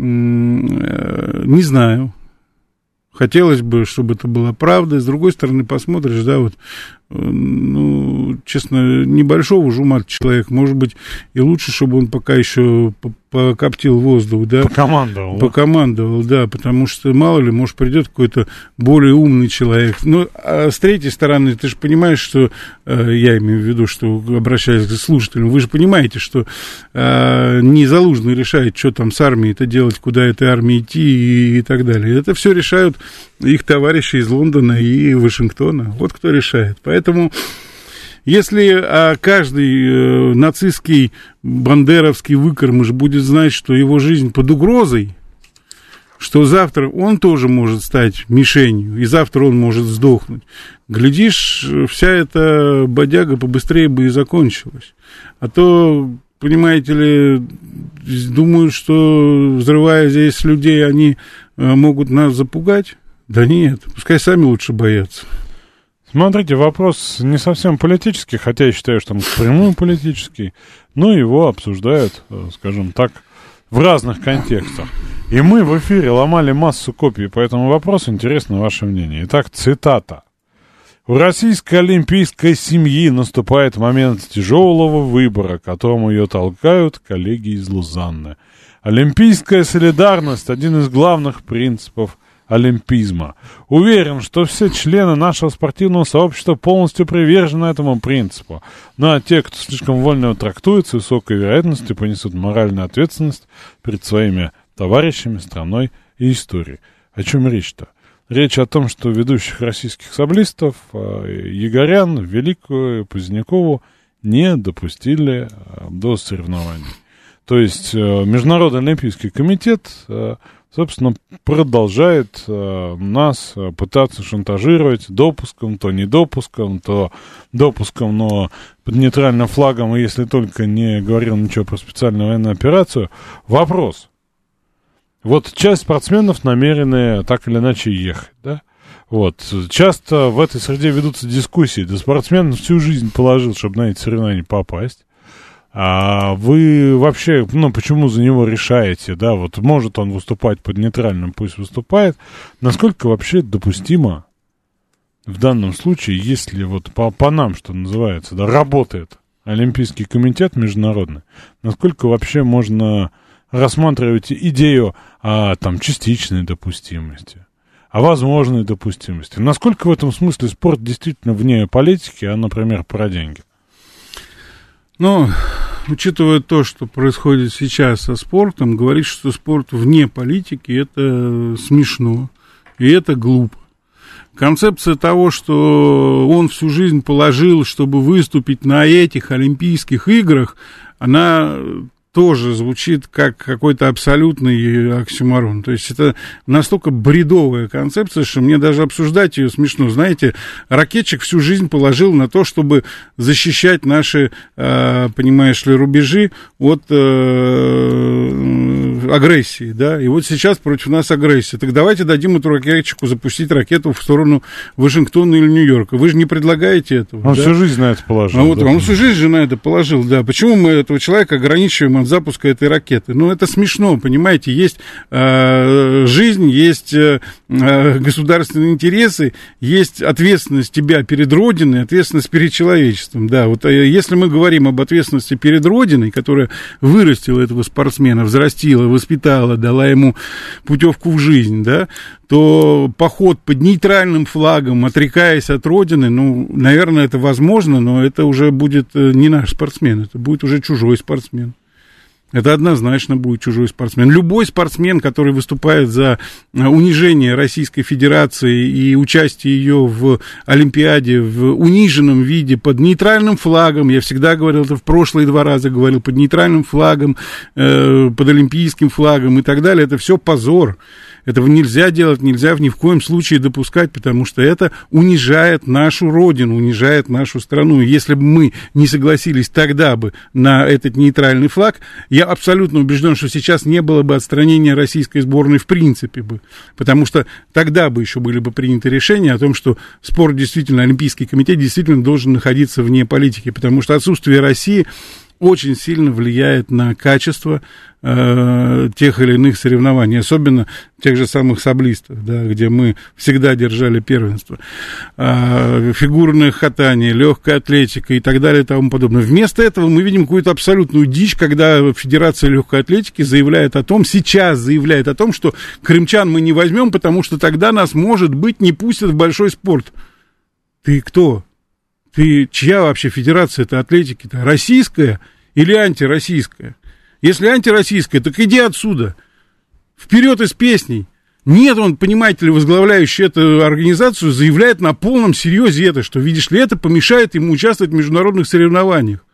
не знаю. Хотелось бы, чтобы это была правда. С другой стороны, посмотришь, да, вот, ну, честно, небольшого жума человек, может быть, и лучше, чтобы он пока еще покоптил воздух, да. Покомандовал, да, потому что, мало ли, может, придет какой-то более умный человек. Но, а с третьей стороны, ты же понимаешь, что, я имею в виду, что, обращаясь к слушателям, вы же понимаете, что не Залужный решает, что там с армией-то делать, куда этой армии идти и так далее. Это все решают их товарищи из Лондона и Вашингтона. Вот кто решает. Поэтому, если каждый нацистский, бандеровский выкормыш будет знать, что его жизнь под угрозой, что завтра он тоже может стать мишенью, и завтра он может сдохнуть, глядишь, вся эта бодяга побыстрее бы и закончилась. А то, понимаете ли, думают, что, взрывая здесь людей, они могут нас запугать. Да нет, пускай сами лучше боятся. Смотрите, вопрос не совсем политический, хотя я считаю, что он прямой политический, но его обсуждают, скажем так, в разных контекстах. И мы в эфире ломали массу копий по этому вопросу, интересно ваше мнение. Итак, цитата. «У российской олимпийской семьи наступает момент тяжелого выбора, к которому ее толкают коллеги из Лозанны. Олимпийская солидарность – один из главных принципов олимпизма. Уверен, что все члены нашего спортивного сообщества полностью привержены этому принципу. Ну а те, кто слишком вольно его трактует, с высокой вероятностью понесут моральную ответственность перед своими товарищами, страной и истории. О чем речь-то? Речь о том, что ведущих российских саблистов, Егорян, Великую, Позднякову не допустили до соревнований. То есть Международный олимпийский комитет, собственно, продолжает нас пытаться шантажировать допуском, то недопуском, то допуском, но под нейтральным флагом, и если только не говорил ничего про специальную военную операцию. Вопрос. Вот часть спортсменов намерены так или иначе ехать, да? Вот. Часто в этой среде ведутся дискуссии. Да спортсмен всю жизнь положил, чтобы на эти соревнования попасть. А вы вообще, почему за него решаете, да? Вот может он выступать под нейтральным, пусть выступает. Насколько вообще допустимо в данном случае, если вот по нам, что называется, да, работает Олимпийский комитет международный, насколько вообще можно рассматривать идею о частичной допустимости, о возможной допустимости? Насколько в этом смысле спорт действительно вне политики, а, например, про деньги? Учитывая то, что происходит сейчас со спортом, говорить, что спорт вне политики, это смешно, и это глупо. Концепция того, что он всю жизнь положил, чтобы выступить на этих Олимпийских играх, она тоже звучит как какой-то абсолютный оксюморон. То есть это настолько бредовая концепция, что мне даже обсуждать ее смешно. Знаете, ракетчик всю жизнь положил на то, чтобы защищать наши, понимаешь ли, рубежи от агрессии, да, и вот сейчас против нас агрессия. Так давайте дадим эту ракетчику запустить ракету в сторону Вашингтона или Нью-Йорка. Вы же не предлагаете этого. Он всю жизнь на это положил. Он всю жизнь же на это положил, да. Почему мы этого человека ограничиваем от запуска этой ракеты? Это смешно, понимаете, есть жизнь, есть государственные интересы, есть ответственность тебя перед Родиной, ответственность перед человечеством, да. Вот если мы говорим об ответственности перед Родиной, которая вырастила этого спортсмена, взрастила, воспитала, дала ему путевку в жизнь, да, то поход под нейтральным флагом, отрекаясь от Родины, наверное, это возможно, но это уже будет не наш спортсмен, это будет уже чужой спортсмен. Это однозначно будет чужой спортсмен. Любой спортсмен, который выступает за унижение Российской Федерации и участие ее в Олимпиаде в униженном виде, под нейтральным флагом, я всегда говорил, это в прошлые 2 раза говорил, под нейтральным флагом, под олимпийским флагом и так далее, это все позор. Этого нельзя делать, нельзя ни в коем случае допускать, потому что это унижает нашу родину, унижает нашу страну. И если бы мы не согласились тогда бы на этот нейтральный флаг, я абсолютно убежден, что сейчас не было бы отстранения российской сборной в принципе бы, потому что тогда бы еще были бы приняты решения о том, что спорт действительно, Олимпийский комитет действительно должен находиться вне политики, потому что отсутствие России очень сильно влияет на качество тех или иных соревнований, особенно тех же самых саблистов, да, где мы всегда держали первенство. Фигурное катание, легкая атлетика и так далее и тому подобное. Вместо этого мы видим какую-то абсолютную дичь, когда Федерация легкой атлетики сейчас заявляет о том, что крымчан мы не возьмем, потому что тогда нас, может быть, не пустят в большой спорт. Ты кто? Ты чья вообще федерация-то атлетики-то? Российская или антироссийская? Если антироссийская, так иди отсюда. Вперед из песней. Нет, он, понимаете ли, возглавляющий эту организацию, заявляет на полном серьезе это, что, видишь ли, это помешает ему участвовать в международных соревнованиях.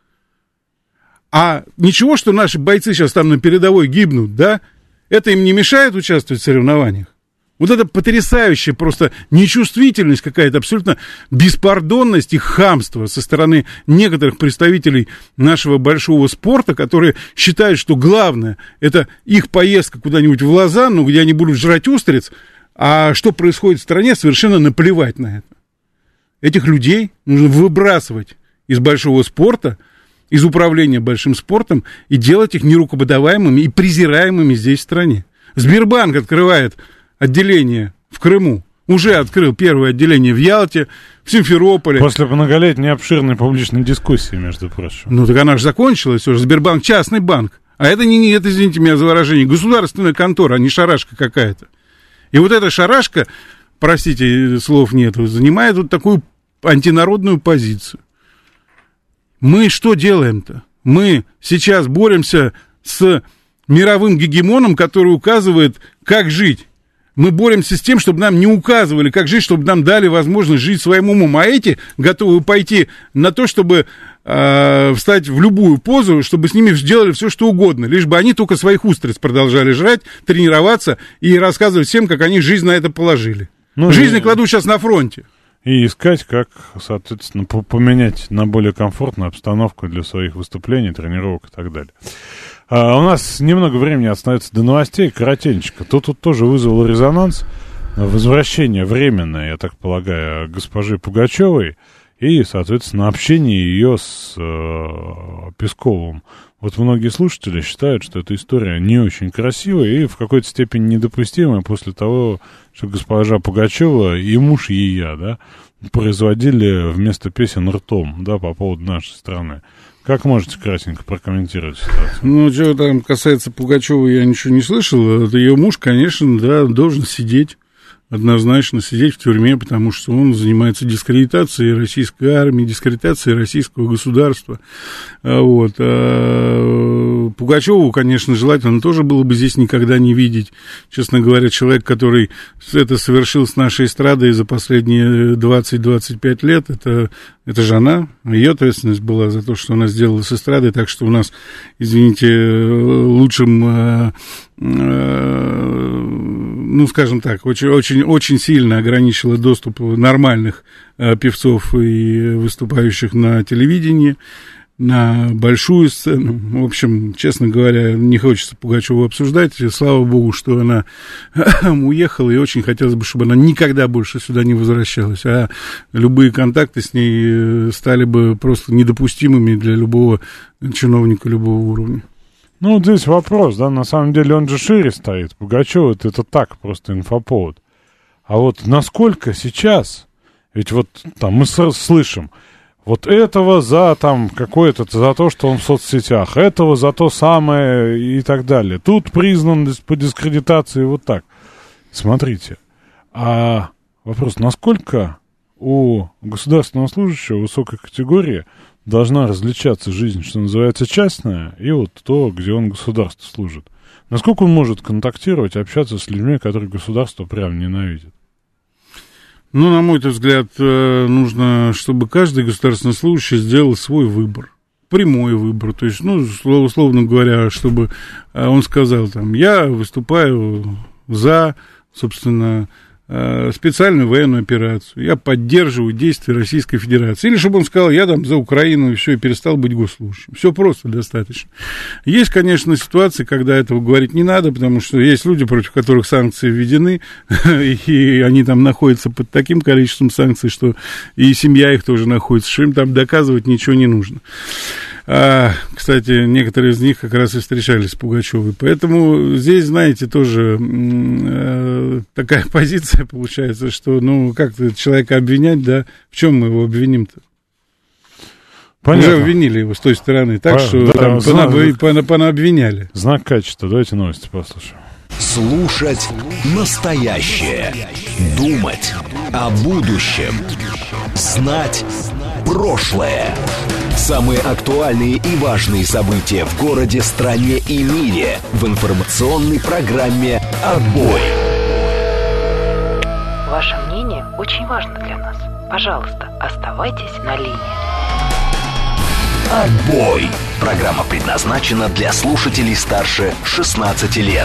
А ничего, что наши бойцы сейчас там на передовой гибнут, да? Это им не мешает участвовать в соревнованиях? Вот это потрясающая просто нечувствительность какая-то, абсолютно беспардонность и хамство со стороны некоторых представителей нашего большого спорта, которые считают, что главное это их поездка куда-нибудь в Лозанну, где они будут жрать устриц, а что происходит в стране, совершенно наплевать на это. Этих людей нужно выбрасывать из большого спорта, из управления большим спортом и делать их нерукоподаваемыми и презираемыми здесь в стране. Сбербанк открывает отделение в Крыму. Уже открыл первое отделение в Ялте, в Симферополе. После многолетней обширной публичной дискуссии, между прочим. Так она же закончилась уже. Сбербанк частный банк. А это это, извините меня за выражение, государственная контора, а не шарашка какая-то. И вот эта шарашка, простите, слов нету, занимает вот такую антинародную позицию. Мы что делаем-то? Мы сейчас боремся с мировым гегемоном, который указывает, как жить. Мы боремся с тем, чтобы нам не указывали, как жить, чтобы нам дали возможность жить своим умом. А эти готовы пойти на то, чтобы встать в любую позу, чтобы с ними сделали все, что угодно. Лишь бы они только своих устриц продолжали жрать, тренироваться и рассказывать всем, как они жизнь на это положили. Жизнь кладут сейчас на фронте. И искать, как, соответственно, поменять на более комфортную обстановку для своих выступлений, тренировок и так далее. У нас немного времени остается до новостей, коротенько. Тут тоже вызвало резонанс возвращение временное, я так полагаю, госпожи Пугачевой и, соответственно, общение ее с Песковым. Вот многие слушатели считают, что эта история не очень красивая и в какой-то степени недопустимая после того, что госпожа Пугачева и муж ее, да, производили вместо песен ртом, да, по поводу нашей страны. Как можете кратенько прокомментировать ситуацию? Ну, что там касается Пугачевой, я ничего не слышал. Ее муж, конечно, да, должен сидеть, однозначно сидеть в тюрьме, потому что он занимается дискредитацией российской армии, дискредитацией российского государства. Вот. Пугачеву, конечно, желательно тоже было бы здесь никогда не видеть. Честно говоря, человек, который это совершил с нашей эстрадой за последние 20-25 лет, это же она. Ее ответственность была за то, что она сделала с эстрадой. Так что у нас, извините, лучшим, ну, скажем так, очень сильно ограничила доступ нормальных певцов и выступающих на телевидении, на большую сцену. В общем, честно говоря, не хочется Пугачеву обсуждать. Слава богу, что она уехала, и очень хотелось бы, чтобы она никогда больше сюда не возвращалась. А любые контакты с ней стали бы просто недопустимыми для любого чиновника любого уровня. Ну, вот здесь вопрос, да, на самом деле он же шире стоит. Пугачева это так, просто инфоповод. А вот насколько сейчас, ведь вот там мы слышим, вот этого за там какое-то, за то, что он в соцсетях, этого за то самое и так далее. Тут признан по дискредитации вот так. Смотрите, а вопрос, насколько у государственного служащего высокой категории должна различаться жизнь, что называется, частная, и вот то, где он государству служит. Насколько он может контактировать, общаться с людьми, которые государство прям ненавидит? Ну, на мой взгляд, нужно, чтобы каждый государственный служащий сделал свой выбор. Прямой выбор. То есть, ну, условно говоря, чтобы он сказал, там, я выступаю за, собственно, специальную военную операцию, я поддерживаю действия Российской Федерации. Или чтобы он сказал, я там за Украину, и все, и перестал быть госслужащим. Все просто достаточно. Есть, конечно, ситуации, когда этого говорить не надо, потому что есть люди, против которых санкции введены, и они там находятся под таким количеством санкций, что и семья их тоже находится, что им там доказывать ничего не нужно. Кстати, некоторые из них как раз и встречались с Пугачевой. Поэтому здесь, знаете, тоже такая позиция получается, что, ну, как-то человека обвинять, да, в чем мы его обвиним-то? Понятно. Уже обвинили его с той стороны, так что да, понаобвиняли. Знак качества. Давайте новости послушаем. Слушать настоящее. Думать о будущем. Знать прошлое. Самые актуальные и важные события в городе, стране и мире в информационной программе «Отбой». Ваше мнение очень важно для нас. Пожалуйста, оставайтесь на линии. «Отбой». Программа предназначена для слушателей старше 16 лет.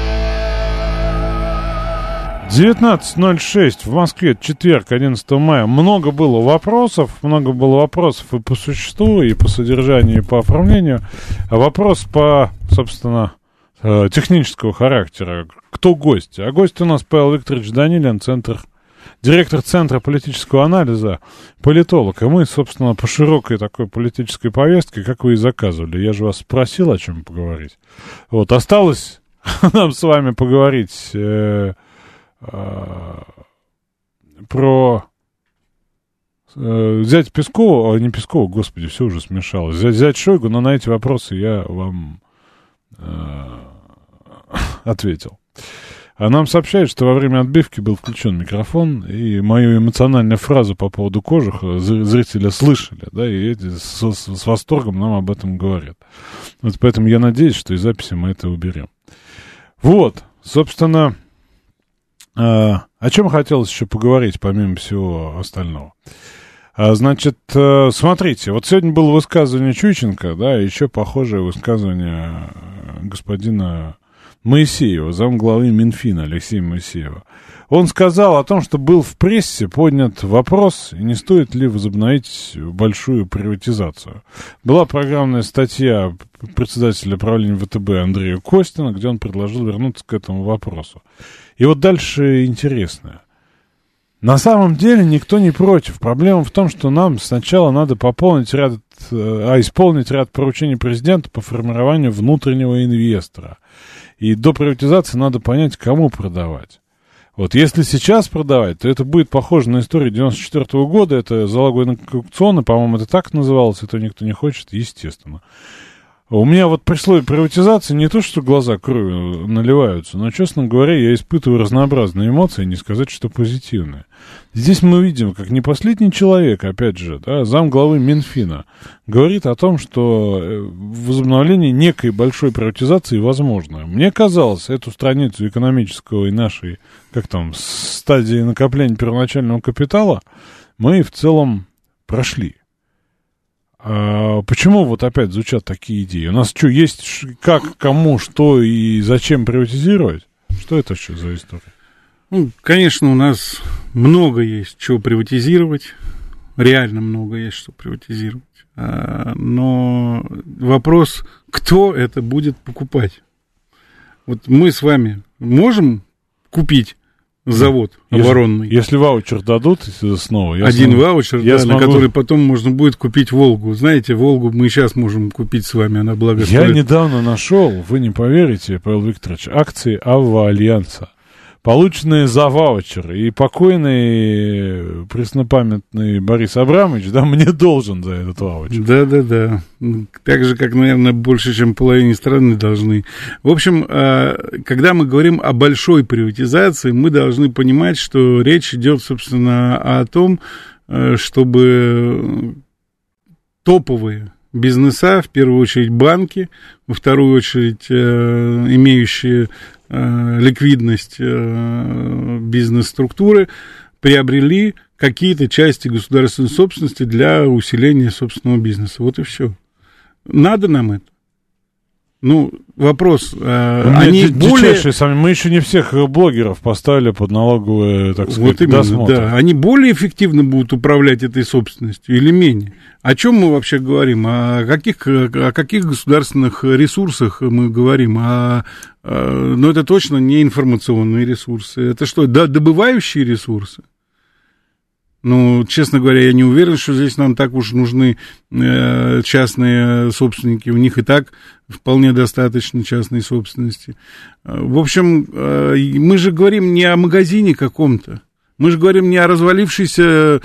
19:06 в Москве, четверг, 11 мая. Много было вопросов и по существу, и по содержанию, и по оформлению. А вопрос по, собственно, технического характера. Кто гость? А гость у нас Павел Викторович Данилин, директор Центра политического анализа, политолог. И мы, собственно, по широкой такой политической повестке, как вы и заказывали. Я же вас спросил, о чем поговорить. Вот, осталось нам с вами поговорить про зять Пескова, не Пескова, господи, все уже смешалось. Зять Шойгу, но на эти вопросы я вам ответил. А нам сообщают, что во время отбивки был включен микрофон, и мою эмоциональную фразу по поводу кожуха зрители слышали, да, и эти с восторгом нам об этом говорят. Вот поэтому я надеюсь, что из записи мы это уберем. Вот, собственно, О чем хотелось еще поговорить, помимо всего остального? Значит, смотрите, вот сегодня было высказывание Чученко, да, еще похожее высказывание господина Моисеева, замглавы Минфина Алексея Моисеева. Он сказал о том, что был в прессе поднят вопрос, не стоит ли возобновить большую приватизацию. Была программная статья председателя правления ВТБ Андрея Костина, где он предложил вернуться к этому вопросу. И вот дальше интересное. На самом деле никто не против. Проблема в том, что нам сначала надо исполнить ряд поручений президента по формированию внутреннего инвестора. И до приватизации надо понять, кому продавать. Вот если сейчас продавать, то это будет похоже на историю 94 года. Это залоговые аукционы, по-моему, это так называлось, это никто не хочет, естественно. У меня вот при слове приватизации не то, что глаза кровью наливаются, но, честно говоря, я испытываю разнообразные эмоции, не сказать, что позитивные. Здесь мы видим, как не последний человек, опять же, да, замглавы Минфина, говорит о том, что возобновление некой большой приватизации возможно. Мне казалось, эту страницу экономического и нашей, стадии накопления первоначального капитала мы в целом прошли. Почему вот опять звучат такие идеи? У нас что, есть как, кому, что и зачем приватизировать? Что это еще за история? Ну, конечно, у нас много есть чего приватизировать. Реально много есть что приватизировать. Но вопрос, кто это будет покупать? Вот мы с вами можем купить завод оборонный. Если ваучер дадут снова. Ваучер, на который потом можно будет купить «Волгу». Знаете, «Волгу» мы сейчас можем купить с вами, она благо стоит. Я недавно нашел, вы не поверите, Павел Викторович, акции Авва-Альянса, полученные за ваучер. И покойный преснопамятный Борис Абрамович, да, мне должен за этот ваучер. Да. Так же, как, наверное, больше, чем половине страны должны. В общем, когда мы говорим о большой приватизации, мы должны понимать, что речь идет, собственно, о том, чтобы топовые бизнеса, в первую очередь банки, во вторую очередь имеющие ликвидность бизнес-структуры, приобрели какие-то части государственной собственности для усиления собственного бизнеса. Вот и все. Надо нам это? Ну, вопрос, они более... Мы еще не всех блогеров поставили под налоговые, так сказать, вот именно, досмотр. Да. Они более эффективно будут управлять этой собственностью или менее? О чем мы вообще говорим? О каких государственных ресурсах мы говорим? Ну, это точно не информационные ресурсы. Это что, добывающие ресурсы? Ну, честно говоря, я не уверен, что здесь нам так уж нужны частные собственники. У них и так вполне достаточно частной собственности. В общем, мы же говорим не о магазине каком-то. Мы же говорим не о развалившемся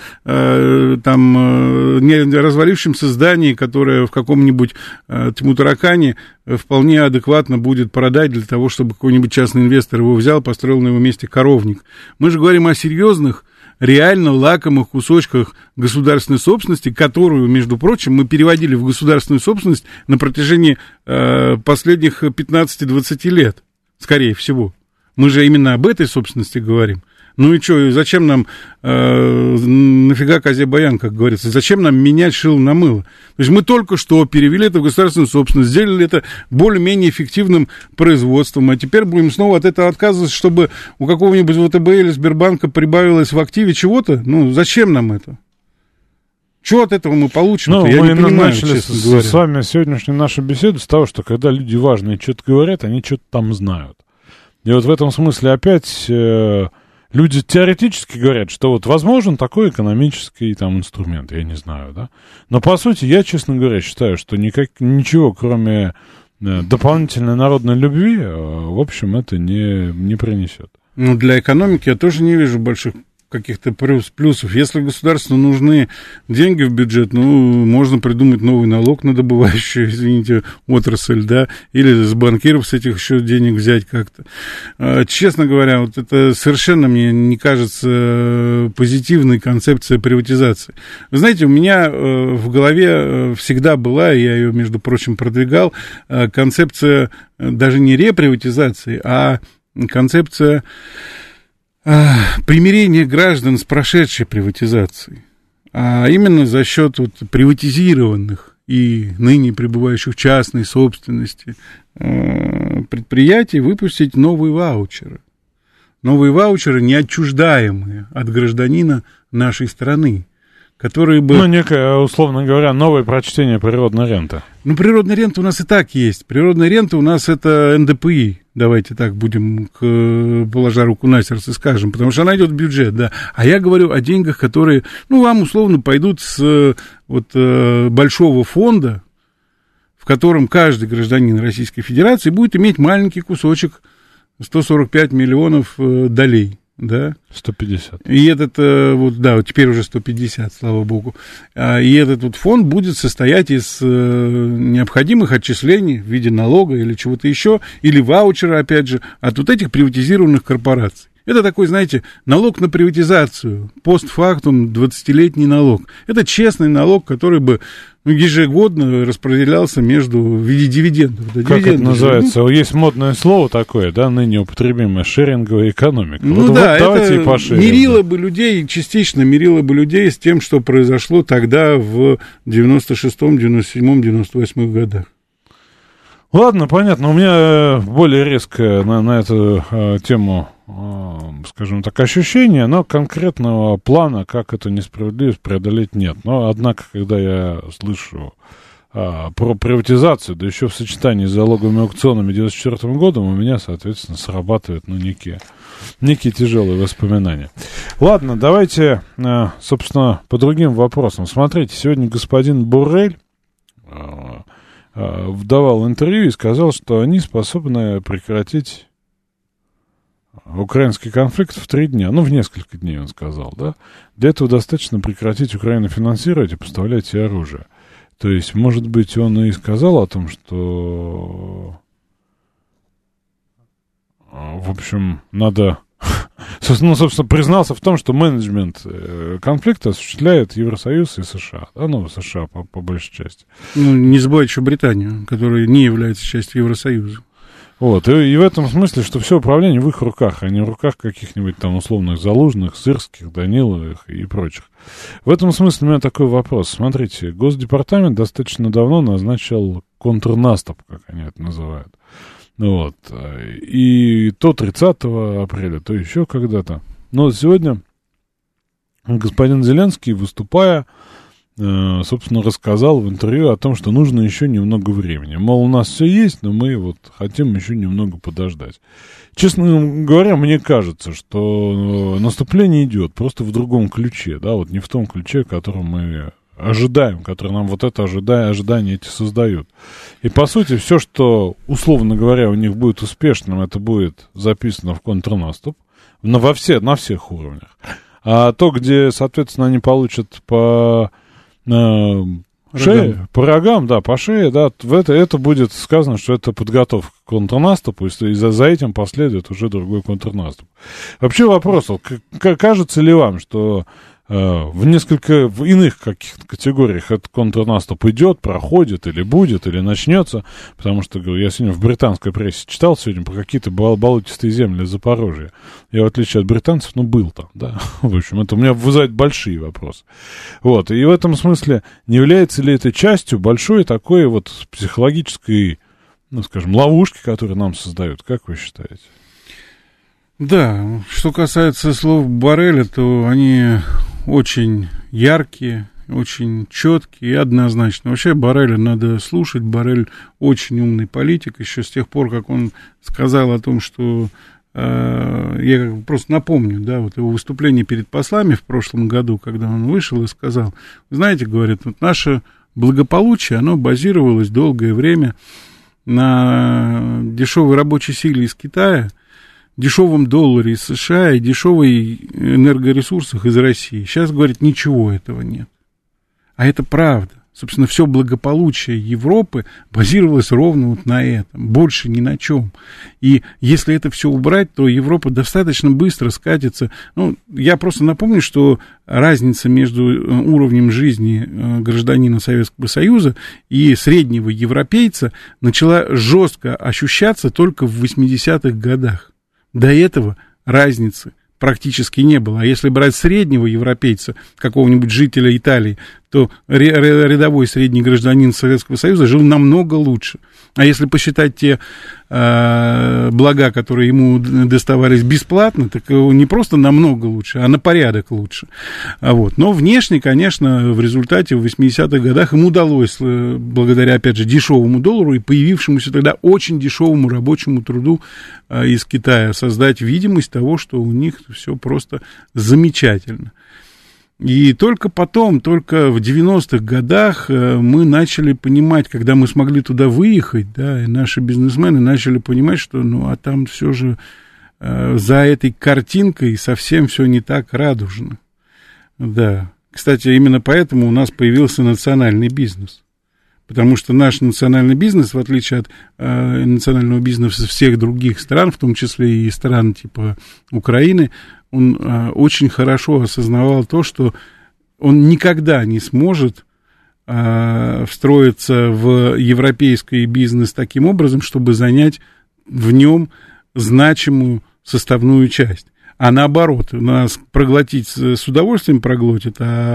здании, которое в каком-нибудь Тьму-Таракане вполне адекватно будет продать для того, чтобы какой-нибудь частный инвестор его взял, построил на его месте коровник. Мы же говорим о серьезных, реально лакомых кусочках государственной собственности, которую, между прочим, мы переводили в государственную собственность на протяжении последних 15-20 лет, скорее всего. Мы же именно об этой собственности говорим. Ну и что, зачем нам, нафига козе баян, как говорится, зачем нам менять шило на мыло? То есть мы только что перевели это в государственную собственность, сделали это более-менее эффективным производством, а теперь будем снова от этого отказываться, чтобы у какого-нибудь ВТБ или Сбербанка прибавилось в активе чего-то? Ну, зачем нам это? Что от этого мы получим? Ну, я не понимаю, начали с вами сегодняшнюю нашу беседу с того, что когда люди важные что-то говорят, они что-то там знают. И вот в этом смысле опять... Люди теоретически говорят, что вот возможен такой экономический там инструмент, я не знаю, да. Но по сути, я, честно говоря, считаю, что ничего, кроме дополнительной народной любви, в общем, это не принесет. Ну, для экономики я тоже не вижу больших каких-то плюсов. Если государству нужны деньги в бюджет, ну, можно придумать новый налог на добывающую, извините, отрасль, да, или с банкиров с этих еще денег взять как-то. Честно говоря, вот это совершенно мне не кажется позитивной концепцией приватизации. Вы знаете, у меня в голове всегда была, и я ее, между прочим, продвигал, концепция даже не реприватизации, а концепция примирение граждан с прошедшей приватизацией, а именно за счет вот приватизированных и ныне пребывающих в частной собственности предприятий выпустить новые ваучеры. Новые ваучеры, неотчуждаемые от гражданина нашей страны, которые бы... Ну, некое, условно говоря, новое прочтение природной ренты. Ну, природная рента у нас и так есть. Природная рента у нас это НДПИ. Давайте так будем, положа руку на сердце, скажем, потому что она идет в бюджет, да. А я говорю о деньгах, которые, ну, вам условно пойдут с вот большого фонда, в котором каждый гражданин Российской Федерации будет иметь маленький кусочек 145 миллионов долей. Да? 150. И этот, вот, да, вот теперь уже 150, слава богу. И этот вот фонд будет состоять из необходимых отчислений в виде налога или чего-то еще, или ваучера, опять же, от вот этих приватизированных корпораций. Это такой, знаете, налог на приватизацию, постфактум, 20-летний налог. Это честный налог, который бы ежегодно распределялся между в виде дивидендов. Да, как это называется? Есть модное слово такое, да, ныне употребимое, шеринговая экономика. Ну вот, да, вот давайте это и пошерим. Мирило бы людей, частично мирило бы людей с тем, что произошло тогда в 96-м, 97-м, 98-х годах. Ладно, понятно. У меня более резкое на эту тему, скажем так, ощущение, но конкретного плана, как эту несправедливость преодолеть, нет. Но, однако, когда я слышу про приватизацию, да еще в сочетании с залоговыми аукционами 1994 годом, у меня, соответственно, срабатывают, ну, некие тяжелые воспоминания. Ладно, давайте, собственно, по другим вопросам. Смотрите, сегодня господин Боррель давал интервью и сказал, что они способны прекратить украинский конфликт в 3 дня. Ну, в несколько дней, он сказал, да. Для этого достаточно прекратить Украину финансировать и поставлять ей оружие. То есть, может быть, он и сказал о том, что, в общем, надо... Ну, собственно, признался в том, что менеджмент конфликта осуществляет Евросоюз и США. Да, ну, США по большей части. Ну, не забывайте еще Британию, которая не является частью Евросоюза. Вот, и в этом смысле, что все управление в их руках, а не в руках каких-нибудь там условных Залужных, Сырских, Даниловых и прочих. В этом смысле у меня такой вопрос. Смотрите, Госдепартамент достаточно давно назначил контрнаступ, как они это называют. Вот, и то 30 апреля, то еще когда-то. Но вот сегодня господин Зеленский, выступая, собственно, рассказал в интервью о том, что нужно еще немного времени. Мол, у нас все есть, но мы вот хотим еще немного подождать. Честно говоря, мне кажется, что наступление идет просто в другом ключе, да, вот не в том ключе, который мы ожидаем, который нам вот это ожидания эти создают. И, по сути, все, что, условно говоря, у них будет успешным, это будет записано в контрнаступ на всех уровнях. А то, где, соответственно, они получат по шее, по рогам, да, по шее, да, это будет сказано, что это подготовка к контрнаступу, и за этим последует уже другой контрнаступ. Вообще вопрос, кажется ли вам, что в иных каких-то категориях этот контрнаступ идет, проходит, или будет, или начнется, потому что, говорю, я сегодня в британской прессе читал сегодня про какие-то болотистые земли Запорожья. Я, в отличие от британцев, был там, да. В общем, это у меня вызывает большие вопросы. Вот, и в этом смысле не является ли это частью большой такой вот психологической, ну, скажем, ловушки, которую нам создают? Как вы считаете? Да, что касается слов Борреля, то они очень яркие, очень четкие и однозначно. Вообще Борреля надо слушать. Боррель очень умный политик. Еще с тех пор, как он сказал о том, что... я просто напомню, да, вот его выступление перед послами в прошлом году, когда он вышел и сказал, знаете, говорит, вот наше благополучие, оно базировалось долгое время на дешевой рабочей силе из Китая, дешевом долларе из США и дешевой энергоресурсах из России. Сейчас, говорит, ничего этого нет. А это правда. Собственно, все благополучие Европы базировалось ровно вот на этом, больше ни на чем. И если это все убрать, то Европа достаточно быстро скатится. Ну, я просто напомню, что разница между уровнем жизни гражданина Советского Союза и среднего европейца начала жестко ощущаться только в 80-х годах. До этого разницы практически не было. А если брать среднего европейца, какого-нибудь жителя Италии, то рядовой средний гражданин Советского Союза жил намного лучше. А если посчитать те блага, которые ему доставались бесплатно, так не просто намного лучше, а на порядок лучше. Вот. Но внешне, конечно, в результате в 80-х годах им удалось, благодаря, опять же, дешевому доллару и появившемуся тогда очень дешевому рабочему труду из Китая, создать видимость того, что у них все просто замечательно. И только потом, только в 90-х годах мы начали понимать, когда мы смогли туда выехать, да, и наши бизнесмены начали понимать, что, ну, а там все же за этой картинкой совсем все не так радужно. Да. Кстати, именно поэтому у нас появился национальный бизнес. Потому что наш национальный бизнес, в отличие от национального бизнеса всех других стран, в том числе и стран типа Украины, он очень хорошо осознавал то, что он никогда не сможет встроиться в европейский бизнес таким образом, чтобы занять в нем значимую составную часть. А наоборот, нас проглотить с удовольствием проглотит,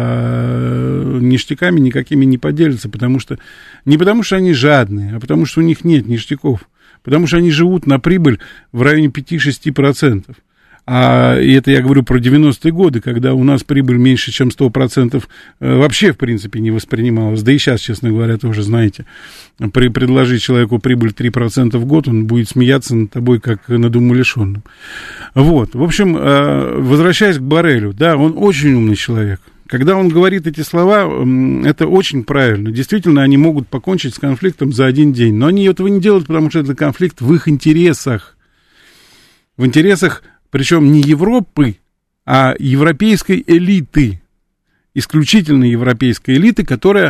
а ништяками никакими не поделятся, не потому что они жадные, а потому что у них нет ништяков, потому что они живут на прибыль в районе 5-6%. И это я говорю про 90-е годы, когда у нас прибыль меньше, чем 100% вообще, в принципе, не воспринималась. Да и сейчас, честно говоря, тоже, знаете, предложить человеку прибыль 3% в год, он будет смеяться над тобой, как над умалишенным. Вот, в общем, возвращаясь к Борреллю, да, он очень умный человек. Когда он говорит эти слова, это очень правильно. Действительно, они могут покончить с конфликтом за один день, но они этого не делают, потому что это конфликт в их интересах. В интересах, причем не Европы, а европейской элиты, исключительно европейской элиты, которая,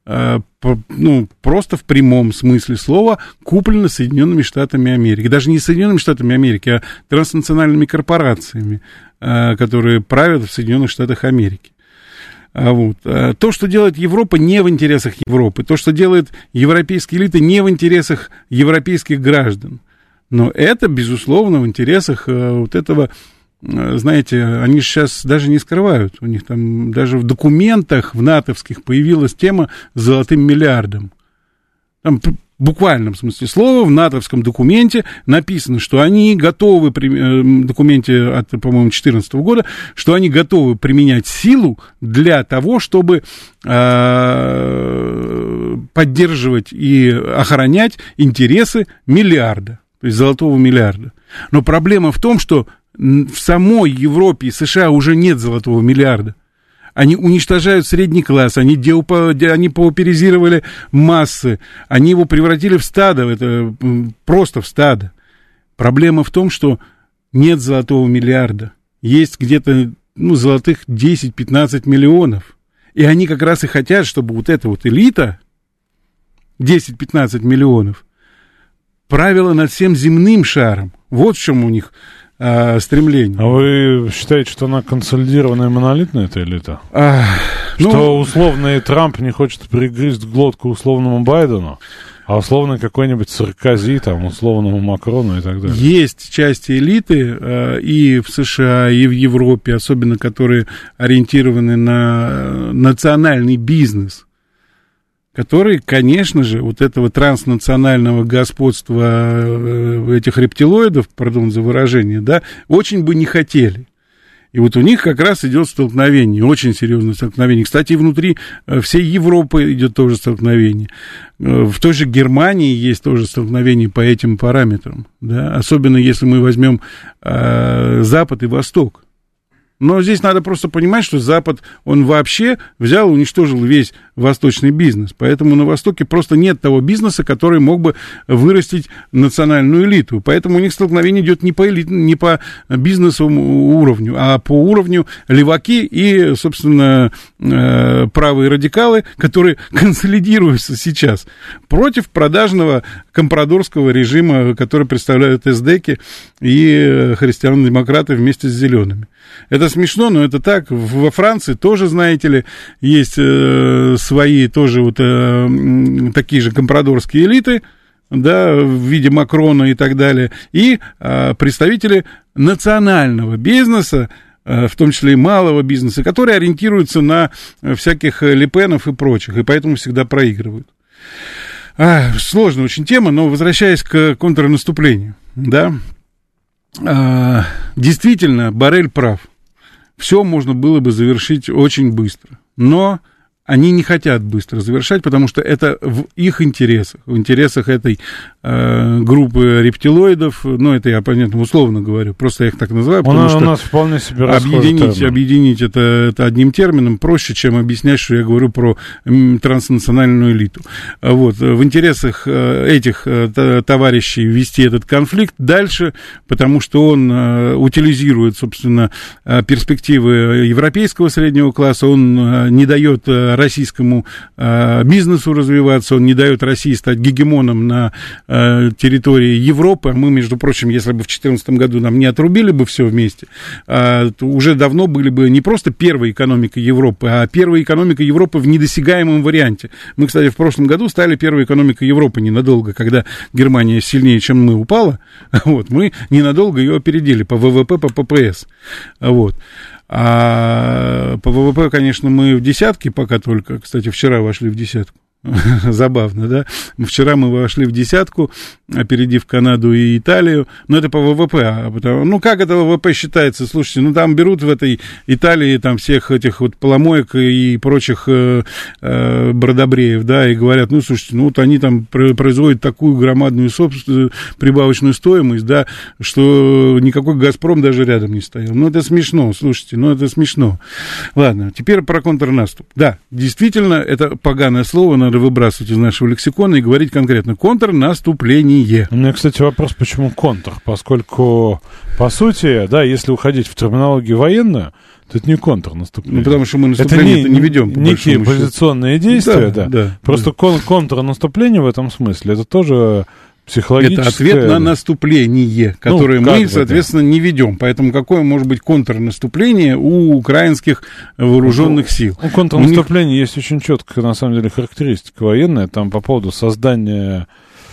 просто в прямом смысле слова куплена Соединенными Штатами Америки. Даже не Соединенными Штатами Америки, а транснациональными корпорациями, которые правят в Соединенных Штатах Америки. Вот. То, что делает Европа, не в интересах Европы. То, что делает европейские элиты, не в интересах европейских граждан. Но это, безусловно, в интересах вот этого, знаете, они сейчас даже не скрывают. У них там даже в документах в натовских появилась тема с золотым миллиардом. Там в буквальном смысле слова в натовском документе написано, что они готовы, в документе от, по-моему, 2014 года, что они готовы применять силу для того, чтобы поддерживать и охранять интересы миллиарда. То есть золотого миллиарда. Но проблема в том, что в самой Европе и США уже нет золотого миллиарда. Они уничтожают средний класс, они пауперизировали массы, они его превратили в стадо, это просто в стадо. Проблема в том, что нет золотого миллиарда. Есть где-то золотых 10-15 миллионов. И они как раз и хотят, чтобы вот эта вот элита, 10-15 миллионов, правила над всем земным шаром. Вот в чем у них стремление. А вы считаете, что она консолидированная, монолитная, эта элита? Что условный Трамп не хочет пригрызть глотку условному Байдену, а условный какой-нибудь Саркози, там, условному Макрону и так далее? Есть части элиты и в США, и в Европе, особенно которые ориентированы на национальный бизнес, которые, конечно же, вот этого транснационального господства этих рептилоидов, пардон за выражение, да, очень бы не хотели. И вот у них как раз идет столкновение, очень серьезное столкновение. Кстати, и внутри всей Европы идет тоже столкновение. В той же Германии есть тоже столкновение по этим параметрам, да, особенно если мы возьмем Запад и Восток. Но здесь надо просто понимать, что Запад, он вообще взял и уничтожил весь восточный бизнес. Поэтому на Востоке просто нет того бизнеса, который мог бы вырастить национальную элиту. Поэтому у них столкновение идет не по бизнесовому уровню, а по уровню леваки и, собственно, правые радикалы, которые консолидируются сейчас против продажного компрадорского режима, который представляют эсдеки и христиан-демократы вместе с зелеными. Это смешно, но это так. Во Франции тоже, знаете ли, есть свои тоже вот такие же компрадорские элиты, да, в виде Макрона и так далее, и представители национального бизнеса, в том числе и малого бизнеса, которые ориентируются на всяких Ле-Пенов и прочих, и поэтому всегда проигрывают. Сложная очень тема, но возвращаясь к контрнаступлению, да, действительно, Боррель прав. Все можно было бы завершить очень быстро, но они не хотят быстро завершать, потому что это в их интересах, в интересах этой группы рептилоидов, ну, это я, понятно, условно говорю, просто я их так называю, потому что у нас вполне себе объединить это одним термином проще, чем объяснять, что я говорю про транснациональную элиту. Вот, в интересах этих товарищей вести этот конфликт дальше, потому что он утилизирует, собственно, перспективы европейского среднего класса, он не дает российскому бизнесу развиваться, он не дает России стать гегемоном на территории Европы. Мы, между прочим, если бы в 2014 году нам не отрубили бы все вместе, то уже давно были бы не просто первой экономикой Европы, а первой экономикой Европы в недосягаемом варианте. Мы, кстати, в прошлом году стали первой экономикой Европы ненадолго, когда Германия сильнее, чем мы, упала. Вот, мы ненадолго ее опередили по ВВП, по ППС. Вот. А по ВВП, конечно, мы в десятке пока только. Кстати, вчера вошли в десятку. Забавно, да? Вчера мы вошли в десятку, опередив Канаду и Италию. Но это по ВВП. Ну, как это ВВП считается? Слушайте, ну, там берут в этой Италии там всех этих вот поломоек и прочих бродобреев, да, и говорят, ну, слушайте, ну, вот они там производят такую громадную прибавочную стоимость, да, что никакой «Газпром» даже рядом не стоял. Ну, это смешно, слушайте, ну, это смешно. Ладно, теперь про контрнаступ. Да, действительно, это поганое слово, надо выбрасывать из нашего лексикона и говорить конкретно. Контрнаступление. У меня, кстати, вопрос, почему контр? Поскольку, по сути, да, если уходить в терминологию военную, то это не контрнаступление. Ну, потому что мы наступление не ведем. Это некие позиционные действия, да. Просто контрнаступление в этом смысле, это тоже психологическое... Это ответ на наступление, которое мы, соответственно, не ведем. Поэтому какое может быть контрнаступление у украинских вооруженных сил? У контрнаступления есть очень четкая, на самом деле, характеристика военная. Там по поводу создания...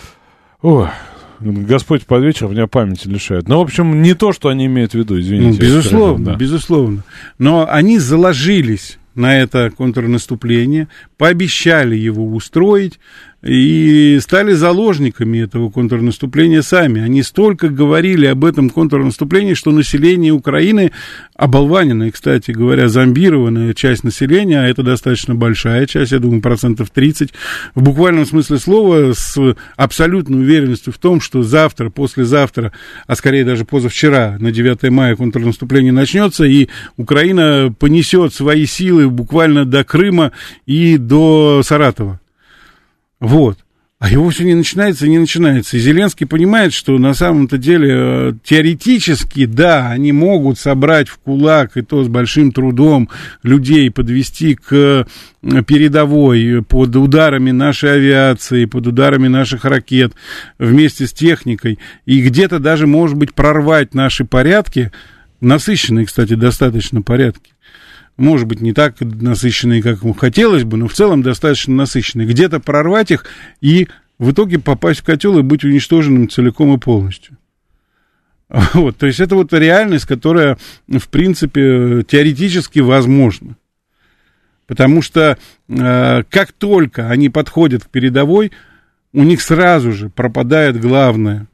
Господь под вечер меня памяти лишает. Ну, в общем, не то, что они имеют в виду, извините. Безусловно, безусловно. Но они заложились на это контрнаступление, пообещали его устроить и стали заложниками этого контрнаступления сами. Они столько говорили об этом контрнаступлении, что население Украины, оболваненное, кстати говоря, зомбированная часть населения, а это достаточно большая часть, я думаю, 30%, в буквальном смысле слова, с абсолютной уверенностью в том, что завтра, послезавтра, а скорее даже позавчера, на 9 мая контрнаступление начнется, и Украина понесет свои силы буквально до Крыма и до Саратова. Вот. А его все не начинается и не начинается. И Зеленский понимает, что на самом-то деле теоретически, да, они могут собрать в кулак, и то с большим трудом, людей подвести к передовой под ударами нашей авиации, под ударами наших ракет, вместе с техникой, и где-то даже, может быть, прорвать наши порядки, насыщенные, кстати, достаточно порядки. Может быть, не так насыщенные, как ему хотелось бы, но в целом достаточно насыщенные. Где-то прорвать их и в итоге попасть в котел и быть уничтоженным целиком и полностью. Вот, то есть это вот реальность, которая, в принципе, теоретически возможна. Потому что как только они подходят к передовой, у них сразу же пропадает главное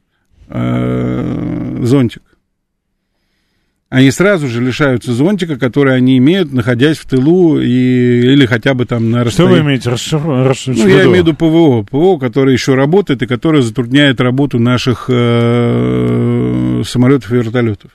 зонтик. Они сразу же лишаются зонтика, который они имеют, находясь в тылу или хотя бы там на расстоянии. Что вы имеете? Ну, я имею в виду ПВО, которое еще работает и которое затрудняет работу наших самолетов и вертолетов.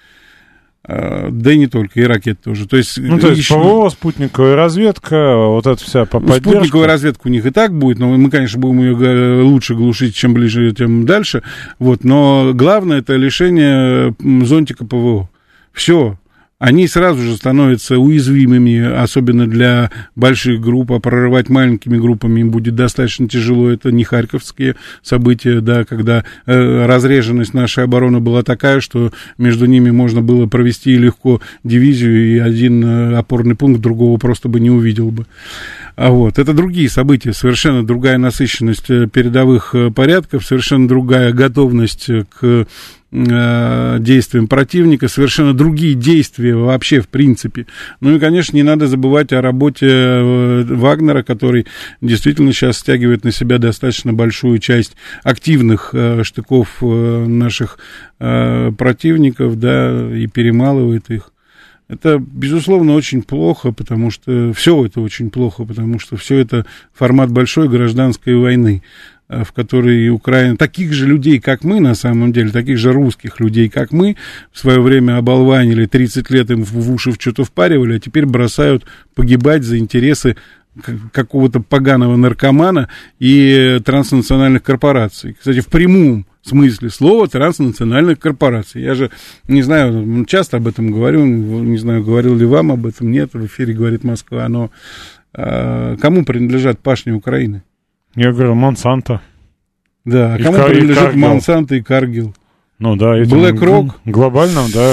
Да и не только, и ракет тоже. То есть, ПВО, спутниковая разведка, вот это вся поддержка. Спутниковая разведка у них и так будет, но мы, конечно, будем ее лучше глушить, чем ближе, тем дальше. Вот, но главное — это лишение зонтика ПВО. Все. Они сразу же становятся уязвимыми, особенно для больших групп, а прорывать маленькими группами им будет достаточно тяжело. Это не харьковские события, да, когда разреженность нашей обороны была такая, что между ними можно было провести легко дивизию, и один опорный пункт другого просто бы не увидел бы. Вот. Это другие события, совершенно другая насыщенность передовых порядков, совершенно другая готовность к действиям противника, совершенно другие действия вообще в принципе. Ну и, конечно, не надо забывать о работе Вагнера, который действительно сейчас стягивает на себя достаточно большую часть активных штыков наших противников, да, и перемалывает их. Это, безусловно, очень плохо, потому что все это очень плохо, потому что все это формат большой гражданской войны, в которой Украина, таких же людей, как мы, на самом деле, таких же русских людей, как мы, в свое время оболванили, 30 лет им в уши что-то впаривали, а теперь бросают погибать за интересы какого-то поганого наркомана и транснациональных корпораций. Кстати, в прямом смысле слова транснациональных корпораций. Я же, не знаю, часто об этом говорю, не знаю, говорил ли вам об этом, нет, в эфире «Говорит Москва», но кому принадлежат пашни Украины? Я говорю, Монсанто. Да, кому принадлежат Монсанто и Каргил? Ну да, BlackRock, глобальным, да,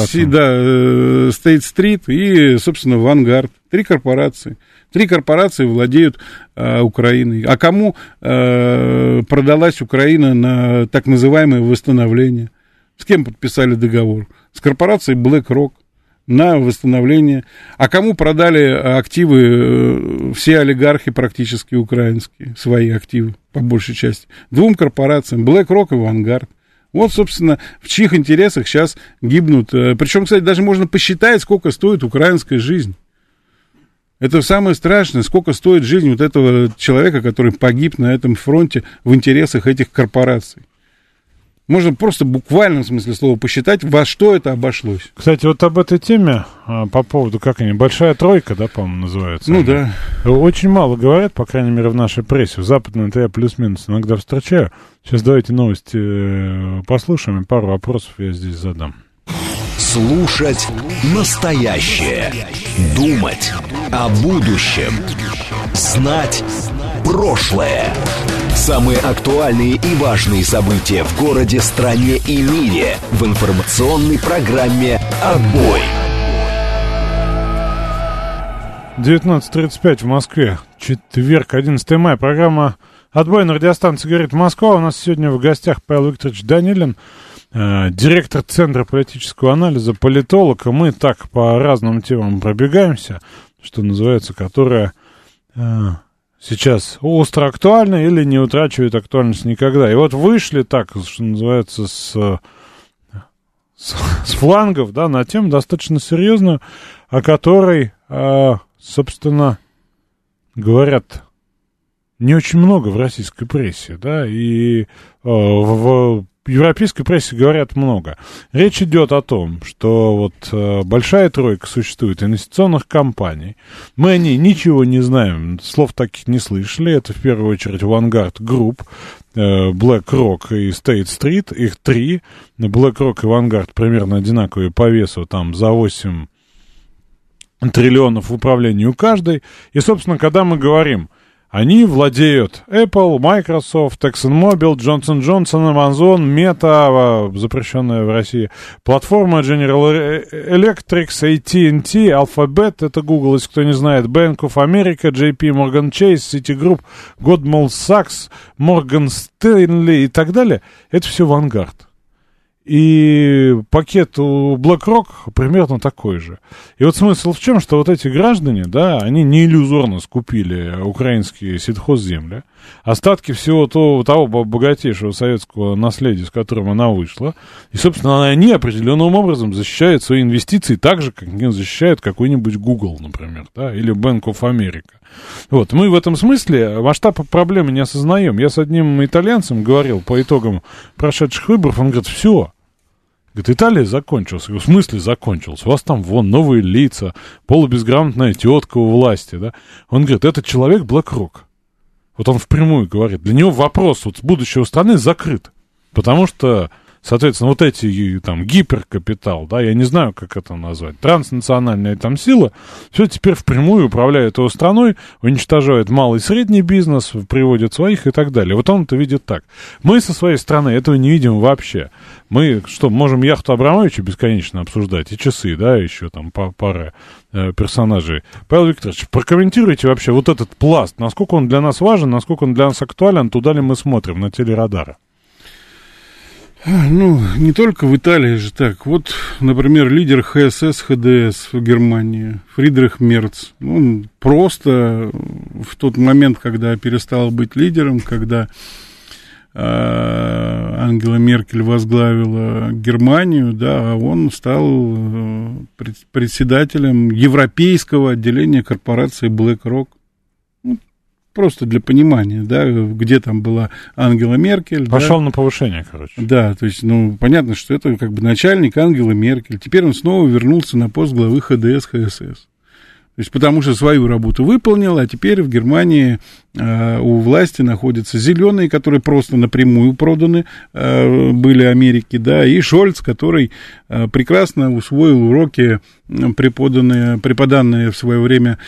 State Street и, собственно, Vanguard. 3 корпорации. 3 корпорации владеют Украиной. А кому продалась Украина на так называемое восстановление? С кем подписали договор? С корпорацией BlackRock на восстановление. А кому продали активы все олигархи практически украинские, свои активы, по большей части? 2 корпорациям, BlackRock и Vanguard. Вот, собственно, в чьих интересах сейчас гибнут. Причем, кстати, даже можно посчитать, сколько стоит украинская жизнь. Это самое страшное, сколько стоит жизнь вот этого человека, который погиб на этом фронте в интересах этих корпораций. Можно просто буквально, в смысле слова, посчитать, во что это обошлось. Кстати, вот об этой теме, по поводу, как они, «Большая тройка», да, по-моему, называется. Ну, да. Очень мало говорят, по крайней мере, в нашей прессе. В западной-то я плюс-минус иногда встречаю. Сейчас давайте новости послушаем, и пару вопросов я здесь задам. Слушать настоящее. Думать о будущем. Знать прошлое. Самые актуальные и важные события в городе, стране и мире в информационной программе «Отбой». 19:35 в Москве. Четверг, 11 мая. Программа «Отбой» на радиостанции «Говорит Москва». У нас сегодня в гостях Павел Викторович Данилин, директор Центра политического анализа, политолог. И мы так по разным темам пробегаемся, что называется, которая сейчас остро актуальна или не утрачивает актуальность никогда. И вот вышли так, что называется, с флангов, да, на тему достаточно серьезную, о которой, собственно, говорят не очень много в российской прессе, да, и в европейской прессе говорят много. Речь идет о том, что вот большая тройка существует инвестиционных компаний. Мы о ней ничего не знаем, слов таких не слышали. Это в первую очередь Vanguard Group, BlackRock и State Street. Их 3. BlackRock и Vanguard примерно одинаковые по весу, там за 8 триллионов в управлении у каждой. И, собственно, когда мы говорим, они владеют Apple, Microsoft, ExxonMobil, Johnson Johnson, Amazon, Meta, запрещенная в России, платформа General Electric, AT&T, Alphabet, это Google, если кто не знает, Bank of America, JP Morgan Chase, Citigroup, Goldman Sachs, Morgan Stanley и так далее. Это все Vanguard. И пакет у BlackRock примерно такой же. И вот смысл в чем, что вот эти граждане, да, они не иллюзорно скупили украинские сельхозземли, остатки всего того богатейшего советского наследия, с которым она вышла. И, собственно, они определенным образом защищают свои инвестиции так же, как они защищают какой-нибудь Google, например, да, или Bank of America. Вот, мы в этом смысле масштаб проблемы не осознаем. Я с одним итальянцем говорил по итогам прошедших выборов, он говорит, все. Говорит, Италия закончилась. Я говорю, в смысле закончилась? У вас там вон новые лица, полубезграмотная тетка у власти, да? Он говорит, этот человек BlackRock. Вот он впрямую говорит, для него вопрос вот будущего страны закрыт. Потому что, соответственно, вот эти там гиперкапитал, да, я не знаю, как это назвать, транснациональная там сила, все теперь впрямую управляет его страной, уничтожает малый и средний бизнес, приводит своих и так далее. Вот он это видит так. Мы со своей стороны этого не видим вообще. Мы что, можем яхту Абрамовича бесконечно обсуждать, и часы, да, еще там пара персонажей. Павел Викторович, прокомментируйте вообще вот этот пласт, насколько он для нас важен, насколько он для нас актуален, туда ли мы смотрим, на телерадары? Ну, не только в Италии же так. Вот, например, лидер ХСС, ХДС в Германии, Фридрих Мерц. Он просто в тот момент, когда перестал быть лидером, когда Ангела Меркель возглавила Германию, да, он стал председателем европейского отделения корпорации BlackRock. Просто для понимания, да, где там была Ангела Меркель. Пошел да. на повышение, короче. Да, то есть, ну, понятно, что это как бы начальник Ангелы Меркель. Теперь он снова вернулся на пост главы ХДС, ХСС. То есть, потому что свою работу выполнил, а теперь в Германии у власти находятся зеленые, которые просто напрямую проданы были Америке, да, и Шольц, который прекрасно усвоил уроки, преподанные в свое время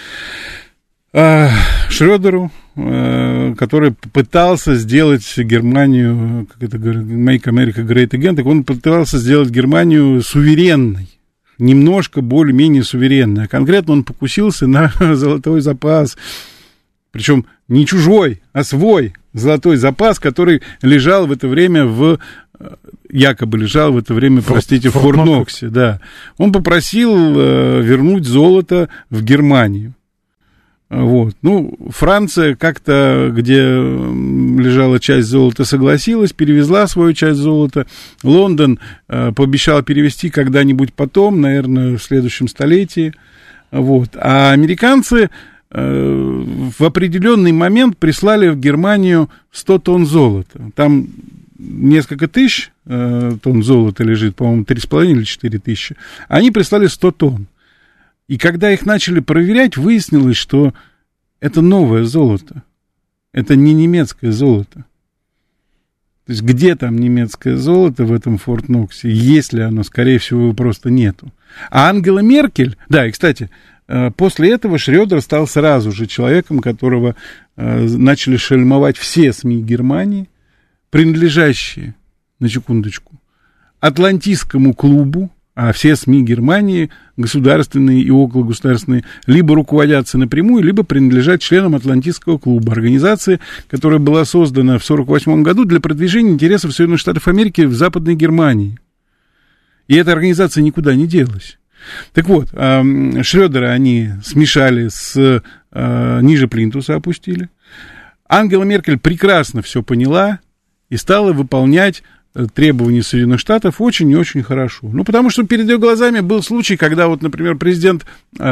Шрёдеру, который пытался сделать Германию, как это говорят, make America great again, так он пытался сделать Германию суверенной, немножко более-менее суверенной. А конкретно он покусился на золотой запас, причем не чужой, а свой золотой запас, который лежал в это время якобы лежал в это время, простите, в Форт-Ноксе, да. Он попросил вернуть золото в Германию. Вот. Ну, Франция как-то, где лежала часть золота, согласилась, перевезла свою часть золота. Лондон пообещал перевести когда-нибудь потом, наверное, в следующем столетии. Вот. А американцы в определенный момент прислали в Германию 100 тонн золота. Там несколько тысяч тонн золота лежит, по-моему, 3,5 или 4 тысячи. Они прислали 100 тонн. И когда их начали проверять, выяснилось, что это новое золото. Это не немецкое золото. То есть где там немецкое золото в этом Форт-Ноксе? Если оно, скорее всего, его просто нету. А Ангела Меркель... Да, и, кстати, после этого Шрёдер стал сразу же человеком, которого начали шельмовать все СМИ Германии, принадлежащие, на секундочку, Атлантическому клубу, а все СМИ Германии, государственные и окологосударственные, либо руководятся напрямую, либо принадлежат членам Атлантического клуба, организации, которая была создана в 1948 году для продвижения интересов Соединенных Штатов Америки в Западной Германии. И эта организация никуда не делась. Так вот, Шрёдера они смешали ниже плинтуса опустили. Ангела Меркель прекрасно все поняла и стала выполнять требований Соединенных Штатов очень и очень хорошо. Ну, потому что перед ее глазами был случай, когда вот, например, президент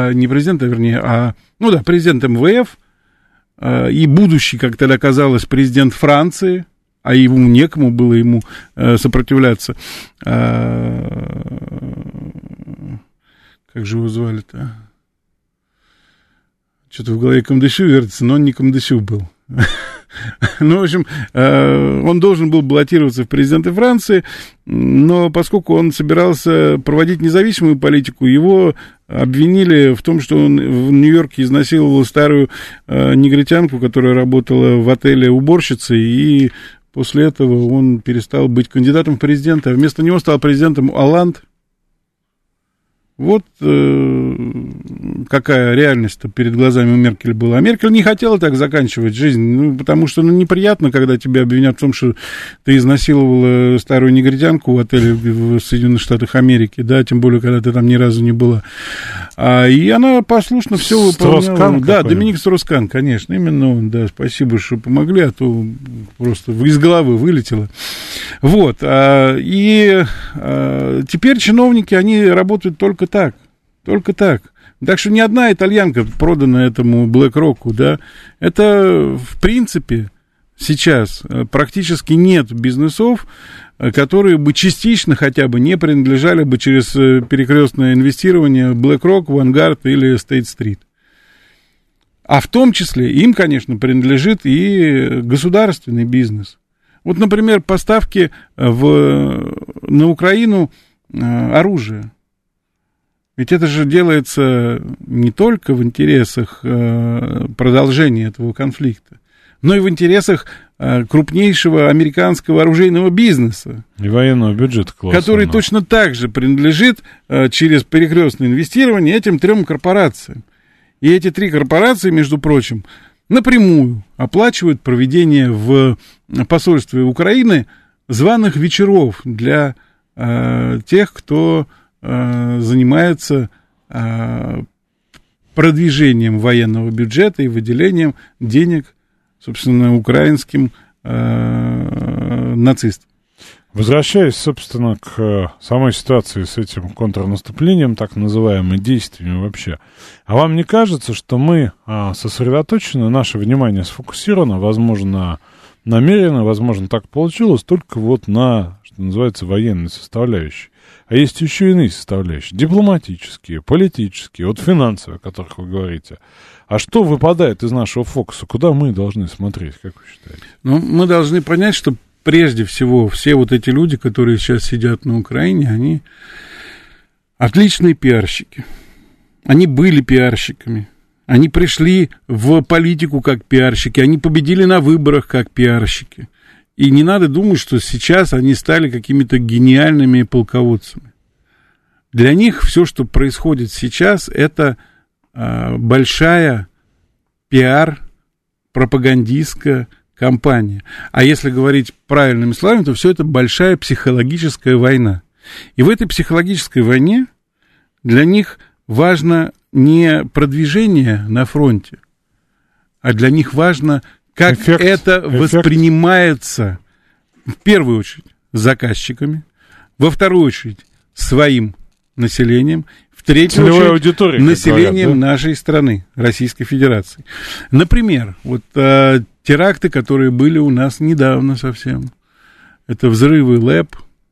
МВФ и будущий, как тогда казалось, президент Франции, а ему некому было ему сопротивляться. Как же его звали-то? Что-то в голове Камдышу вертится, но он не Камдышу был. Ну, в общем, он должен был баллотироваться в президенты Франции, но поскольку он собирался проводить независимую политику, его обвинили в том, что он в Нью-Йорке изнасиловал старую негритянку, которая работала в отеле уборщицей, и после этого он перестал быть кандидатом в президенты, а вместо него стал президентом Олланд. Вот какая реальность-то перед глазами у Меркель была. А Меркель не хотела так заканчивать жизнь, ну, потому что неприятно, когда тебя обвинят в том, что ты изнасиловала старую негритянку в отеле в Соединенных Штатах Америки, да, тем более, когда ты там ни разу не была. И она послушно все выполняла. Да, Доминик Строскан, конечно, именно он, да, спасибо, что помогли, а то просто из головы вылетело. Вот, и теперь чиновники, они работают только так. Так что ни одна итальянка, проданная этому BlackRock, да, это, в принципе, сейчас практически нет бизнесов, которые бы частично хотя бы не принадлежали бы через перекрестное инвестирование BlackRock, Vanguard или State Street. А в том числе им, конечно, принадлежит и государственный бизнес. Вот, например, поставки на Украину оружия. Ведь это же делается не только в интересах продолжения этого конфликта, но и в интересах крупнейшего американского оружейного бизнеса. И военного бюджета класса. Который точно так же принадлежит через перекрестное инвестирование этим 3 корпорациям. И эти 3 корпорации, между прочим, напрямую оплачивают проведение в посольстве Украины званых вечеров для тех, кто занимается продвижением военного бюджета и выделением денег, собственно, украинским нацистам. Возвращаясь, собственно, к самой ситуации с этим контрнаступлением, так называемыми действиями вообще, а вам не кажется, что мы сосредоточены, наше внимание сфокусировано, возможно, намеренно, возможно, так получилось, только вот на, что называется, военной составляющей? А есть еще иные составляющие, дипломатические, политические, вот финансовые, о которых вы говорите. А что выпадает из нашего фокуса? Куда мы должны смотреть, как вы считаете? Ну, мы должны понять, что прежде всего все вот эти люди, которые сейчас сидят на Украине, они отличные пиарщики. Они были пиарщиками. Они пришли в политику как пиарщики. Они победили на выборах как пиарщики. И не надо думать, что сейчас они стали какими-то гениальными полководцами. Для них все, что происходит сейчас, это большая пиар-пропагандистская кампания. А если говорить правильными словами, то все это большая психологическая война. И в этой психологической войне для них важно не продвижение на фронте, а для них важно, как это воспринимается, в первую очередь, заказчиками, во вторую очередь, своим населением, в третью очередь, населением нашей страны, Российской Федерации. Например, вот теракты, которые были у нас недавно совсем. Это взрывы ЛЭП,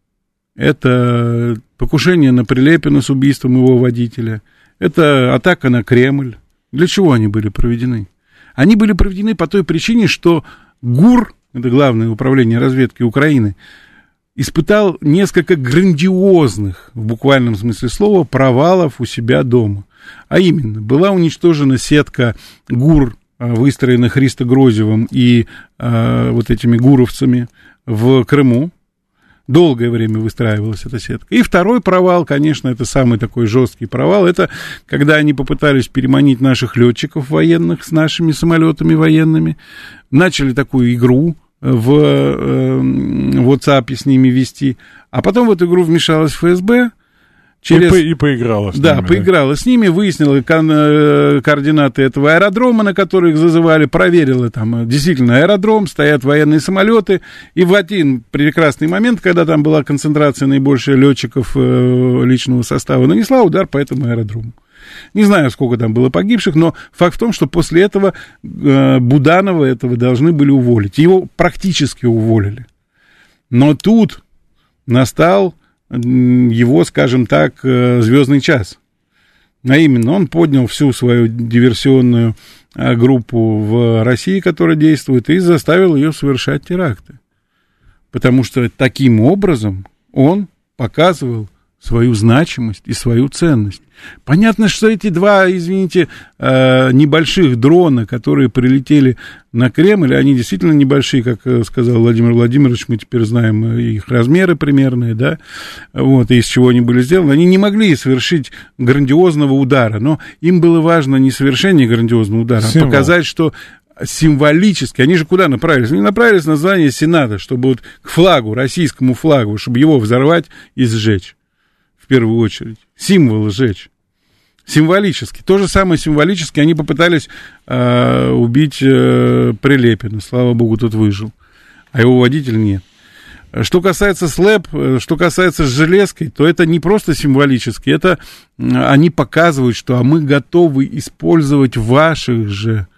это покушение на Прилепина с убийством его водителя, это атака на Кремль. Для чего они были проведены? Они были проведены по той причине, что ГУР, это Главное управление разведки Украины, испытал несколько грандиозных, в буквальном смысле слова, провалов у себя дома. А именно, была уничтожена сетка ГУР, выстроена Христо Грозевым и вот этими гуровцами в Крыму. Долгое время выстраивалась эта сетка. И второй провал, конечно, это самый такой жесткий провал, это когда они попытались переманить наших летчиков военных с нашими самолетами военными, начали такую игру в WhatsApp с ними вести, а потом в эту игру вмешалась ФСБ. И поиграла с ними. Да, поиграла с ними, выяснила координаты этого аэродрома, на который их зазывали, проверила там действительно аэродром, стоят военные самолеты, и в один прекрасный момент, когда там была концентрация наибольшая летчиков личного состава, нанесла удар по этому аэродрому. Не знаю, сколько там было погибших, но факт в том, что после этого Буданова этого должны были уволить. Его практически уволили. Но тут настал его, скажем так, звездный час. А именно, он поднял всю свою диверсионную группу в России, которая действует, и заставил ее совершать теракты. Потому что таким образом он показывал свою значимость и свою ценность. Понятно, что эти два, извините, небольших дрона, которые прилетели на Кремль, они действительно небольшие, как сказал Владимир Владимирович, мы теперь знаем их размеры примерные, да, вот, и из чего они были сделаны. Они не могли совершить грандиозного удара, но им было важно не совершение грандиозного удара, а показать, что символически, они же куда направились? Они направились на здание Сената, чтобы вот к флагу, российскому флагу, чтобы его взорвать и сжечь. В первую очередь. Символы сжечь. Символически. То же самое символически они попытались убить Прилепина. Слава богу, тот выжил. А его водитель нет. Что касается СЛЭП, что касается с железкой, то это не просто символически. Это они показывают, что мы готовы использовать ваших же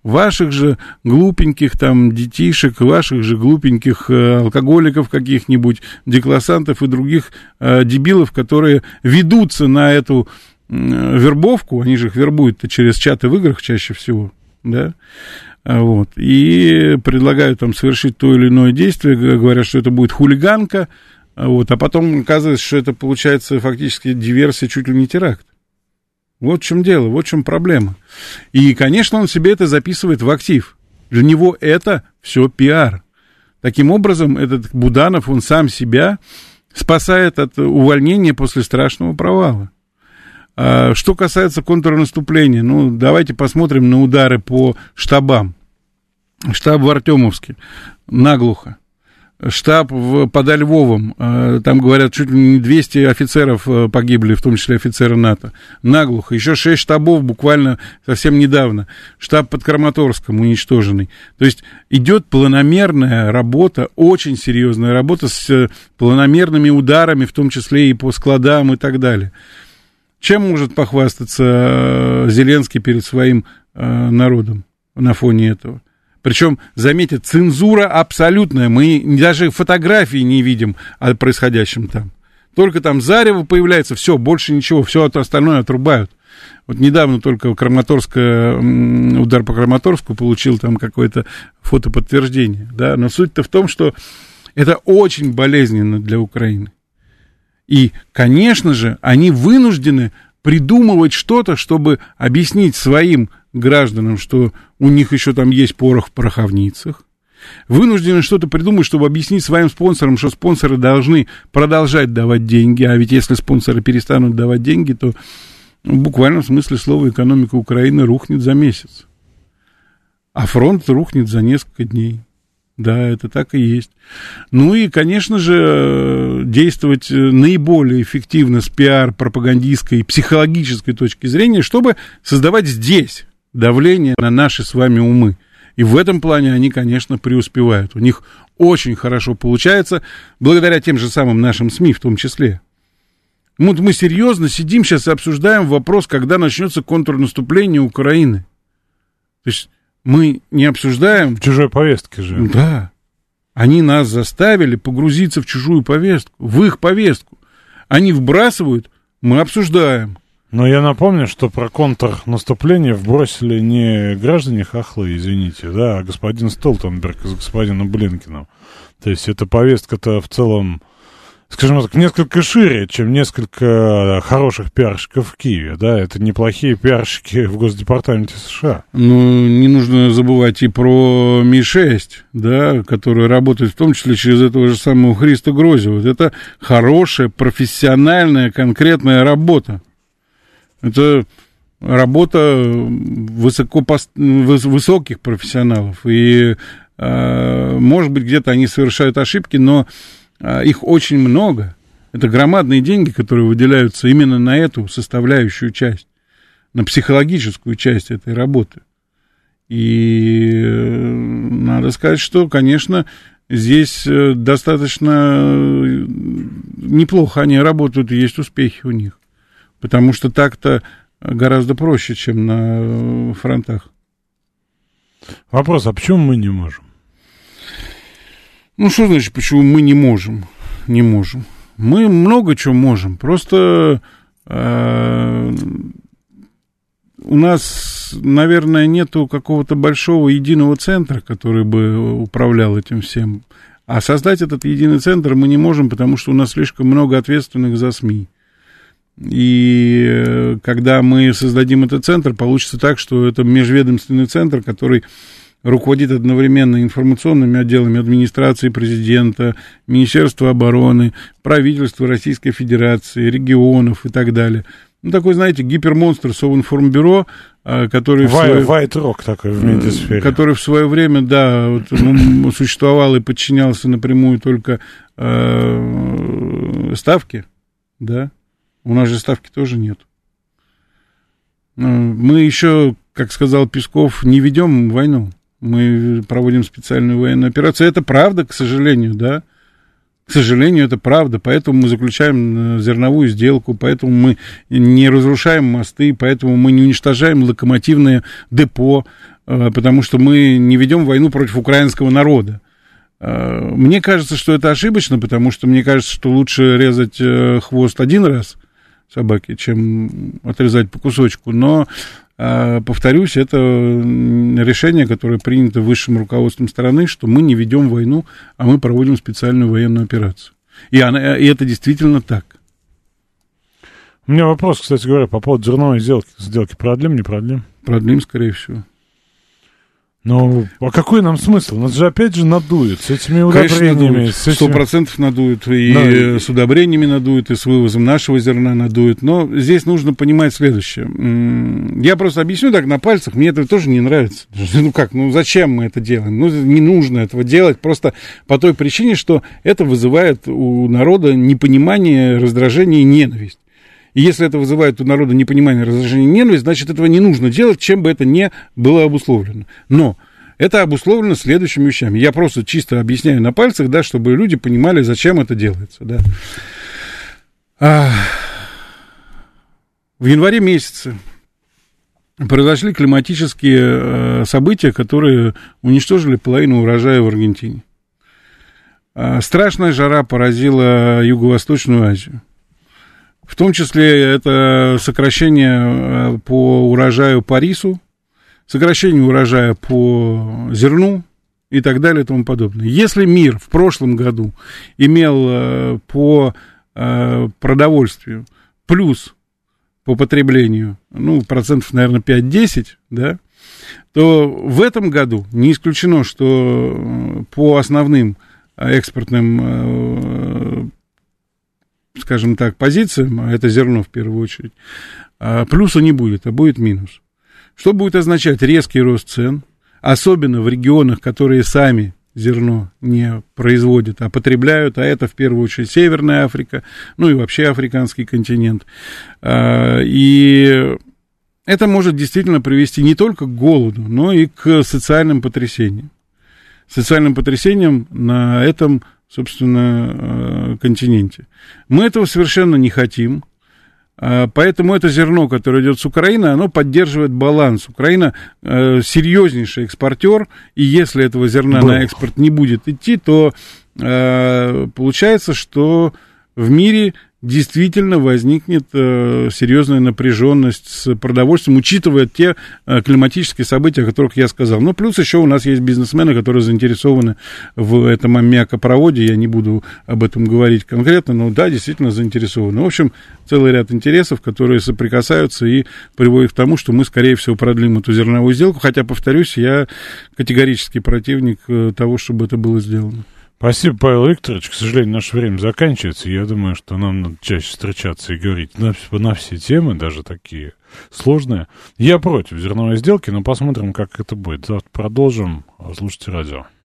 глупеньких там детишек, ваших же глупеньких алкоголиков каких-нибудь, деклассантов и других дебилов, которые ведутся на эту вербовку, они же их вербуют через чаты в играх чаще всего, да, вот, и предлагают там совершить то или иное действие, говорят, что это будет хулиганка, вот, а потом оказывается, что это получается фактически диверсия, чуть ли не теракт. Вот в чем дело, вот в чем проблема. И, конечно, он себе это записывает в актив. Для него это все пиар. Таким образом, этот Буданов, он сам себя спасает от увольнения после страшного провала. Что касается контрнаступления, ну, давайте посмотрим на удары по штабам. Штаб в Артемовске наглухо. штаб подо Львовом, там, говорят, чуть ли не 200 офицеров погибли, в том числе офицеры НАТО, наглухо. Еще 6 штабов буквально совсем недавно. Штаб под Краматорском уничтоженный. То есть идет планомерная работа, очень серьезная работа с планомерными ударами, в том числе и по складам и так далее. Чем может похвастаться Зеленский перед своим народом на фоне этого? Причем, заметьте, цензура абсолютная. Мы даже фотографии не видим о происходящем там. Только там зарево появляется, все, больше ничего, все остальное отрубают. Вот недавно только удар по Краматорску получил там какое-то фотоподтверждение. Да? Но суть-то в том, что это очень болезненно для Украины. И, конечно же, они вынуждены придумывать что-то, чтобы объяснить своим гражданам, что у них еще там есть порох в пороховницах. Вынуждены что-то придумать, чтобы объяснить своим спонсорам, что спонсоры должны продолжать давать деньги, а ведь если спонсоры перестанут давать деньги, то в буквальном смысле слова экономика Украины рухнет за месяц. А фронт рухнет за несколько дней. Да, это так и есть. Ну и, конечно же, действовать наиболее эффективно с пиар-пропагандистской и психологической точки зрения, чтобы создавать здесь давление на наши с вами умы. И в этом плане они, конечно, преуспевают. У них очень хорошо получается, благодаря тем же самым нашим СМИ в том числе. Вот мы серьезно сидим сейчас и обсуждаем вопрос, когда начнется контрнаступление Украины. То есть мы не обсуждаем... В чужой повестке же. Да. Они нас заставили погрузиться в чужую повестку, в их повестку. Они вбрасывают, мы обсуждаем. Но я напомню, что про контрнаступление вбросили не граждане хохлы, извините, да, а господин Столтенберг с господином Блинкеном. То есть эта повестка-то в целом, скажем так, несколько шире, чем несколько хороших пиарщиков в Киеве, да, это неплохие пиарщики в Госдепартаменте США. Ну, не нужно забывать и про Ми-6, да, который работает в том числе через этого же самого Христа Грозева. Вот это хорошая, профессиональная, конкретная работа. Это работа высоких профессионалов, и, может быть, где-то они совершают ошибки, но их очень много. Это громадные деньги, которые выделяются именно на эту составляющую часть, на психологическую часть этой работы. И надо сказать, что, конечно, здесь достаточно неплохо они работают, и есть успехи у них. Потому что так-то гораздо проще, чем на фронтах. Вопрос, а почему мы не можем? Ну, что значит, почему мы не можем? Не можем. Мы много чего можем. Просто у нас, наверное, нету какого-то большого единого центра, который бы управлял этим всем. А создать этот единый центр мы не можем, потому что у нас слишком много ответственных за СМИ. И когда мы создадим этот центр, получится так, что это межведомственный центр, который руководит одновременно информационными отделами администрации президента, Министерства обороны, правительства Российской Федерации, регионов и так далее. Ну, такой, знаете, гипермонстр Совинформбюро, который... White Rock такой в медиасфере. Который в свое время, да, вот, существовал и подчинялся напрямую только Ставке, да. У нас же Ставки тоже нет. Мы еще, как сказал Песков, не ведем войну. Мы проводим специальную военную операцию. Это правда, к сожалению, да. К сожалению, это правда. Поэтому мы заключаем зерновую сделку, поэтому мы не разрушаем мосты, поэтому мы не уничтожаем локомотивное депо, потому что мы не ведем войну против украинского народа. Мне кажется, что это ошибочно, потому что мне кажется, что лучше резать хвост один раз собаки, чем отрезать по кусочку. Но, повторюсь, это решение, которое принято высшим руководством страны, что мы не ведем войну, а мы проводим специальную военную операцию. И это действительно так. У меня вопрос, кстати говоря, по поводу зерновой сделки. Продлим, не продлим? Продлим, скорее всего. Ну, а какой нам смысл? Нас же опять же надуют с этими удобрениями. Конечно, надуют. 100% надуют. И с удобрениями надуют, и с вывозом нашего зерна надуют. Но здесь нужно понимать следующее. Я просто объясню так на пальцах. Мне это тоже не нравится. Ну как, ну зачем мы это делаем? Ну не нужно этого делать. Просто по той причине, что это вызывает у народа непонимание, раздражение и ненависть. И если это вызывает у народа непонимание, раздражение, ненависть, значит, этого не нужно делать, чем бы это ни было обусловлено. Но это обусловлено следующими вещами. Я просто чисто объясняю на пальцах, да, чтобы люди понимали, зачем это делается. Да. В январе месяце произошли климатические события, которые уничтожили половину урожая в Аргентине. Страшная жара поразила Юго-Восточную Азию. В том числе это сокращение по урожаю по рису, сокращение урожая по зерну и так далее и тому подобное. Если мир в прошлом году имел по продовольствию плюс по потреблению, ну, процентов, наверное, 5-10, да, то в этом году не исключено, что по основным экспортным, скажем так, позициям, а это зерно в первую очередь, плюса не будет, а будет минус. Что будет означать резкий рост цен, особенно в регионах, которые сами зерно не производят, а потребляют, а это в первую очередь Северная Африка, ну и вообще африканский континент. И это может действительно привести не только к голоду, но и к социальным потрясениям. Социальным потрясениям на этом, собственно, континенте. Мы этого совершенно не хотим, поэтому это зерно, которое идет с Украины, оно поддерживает баланс. Украина серьезнейший экспортер, и если этого зерна на экспорт не будет идти, то получается, что в мире действительно возникнет серьезная напряженность с продовольствием, учитывая те климатические события, о которых я сказал. Ну, плюс еще у нас есть бизнесмены, которые заинтересованы в этом аммиакопроводе. Я не буду об этом говорить конкретно, но да, действительно заинтересованы. В общем, целый ряд интересов, которые соприкасаются и приводят к тому, что мы, скорее всего, продлим эту зерновую сделку. Хотя, повторюсь, я категорический противник того, чтобы это было сделано. Спасибо, Павел Викторович. К сожалению, наше время заканчивается. Я думаю, что нам надо чаще встречаться и говорить на все темы, даже такие сложные. Я против зерновой сделки, но посмотрим, как это будет. Завтра продолжим. Слушайте радио.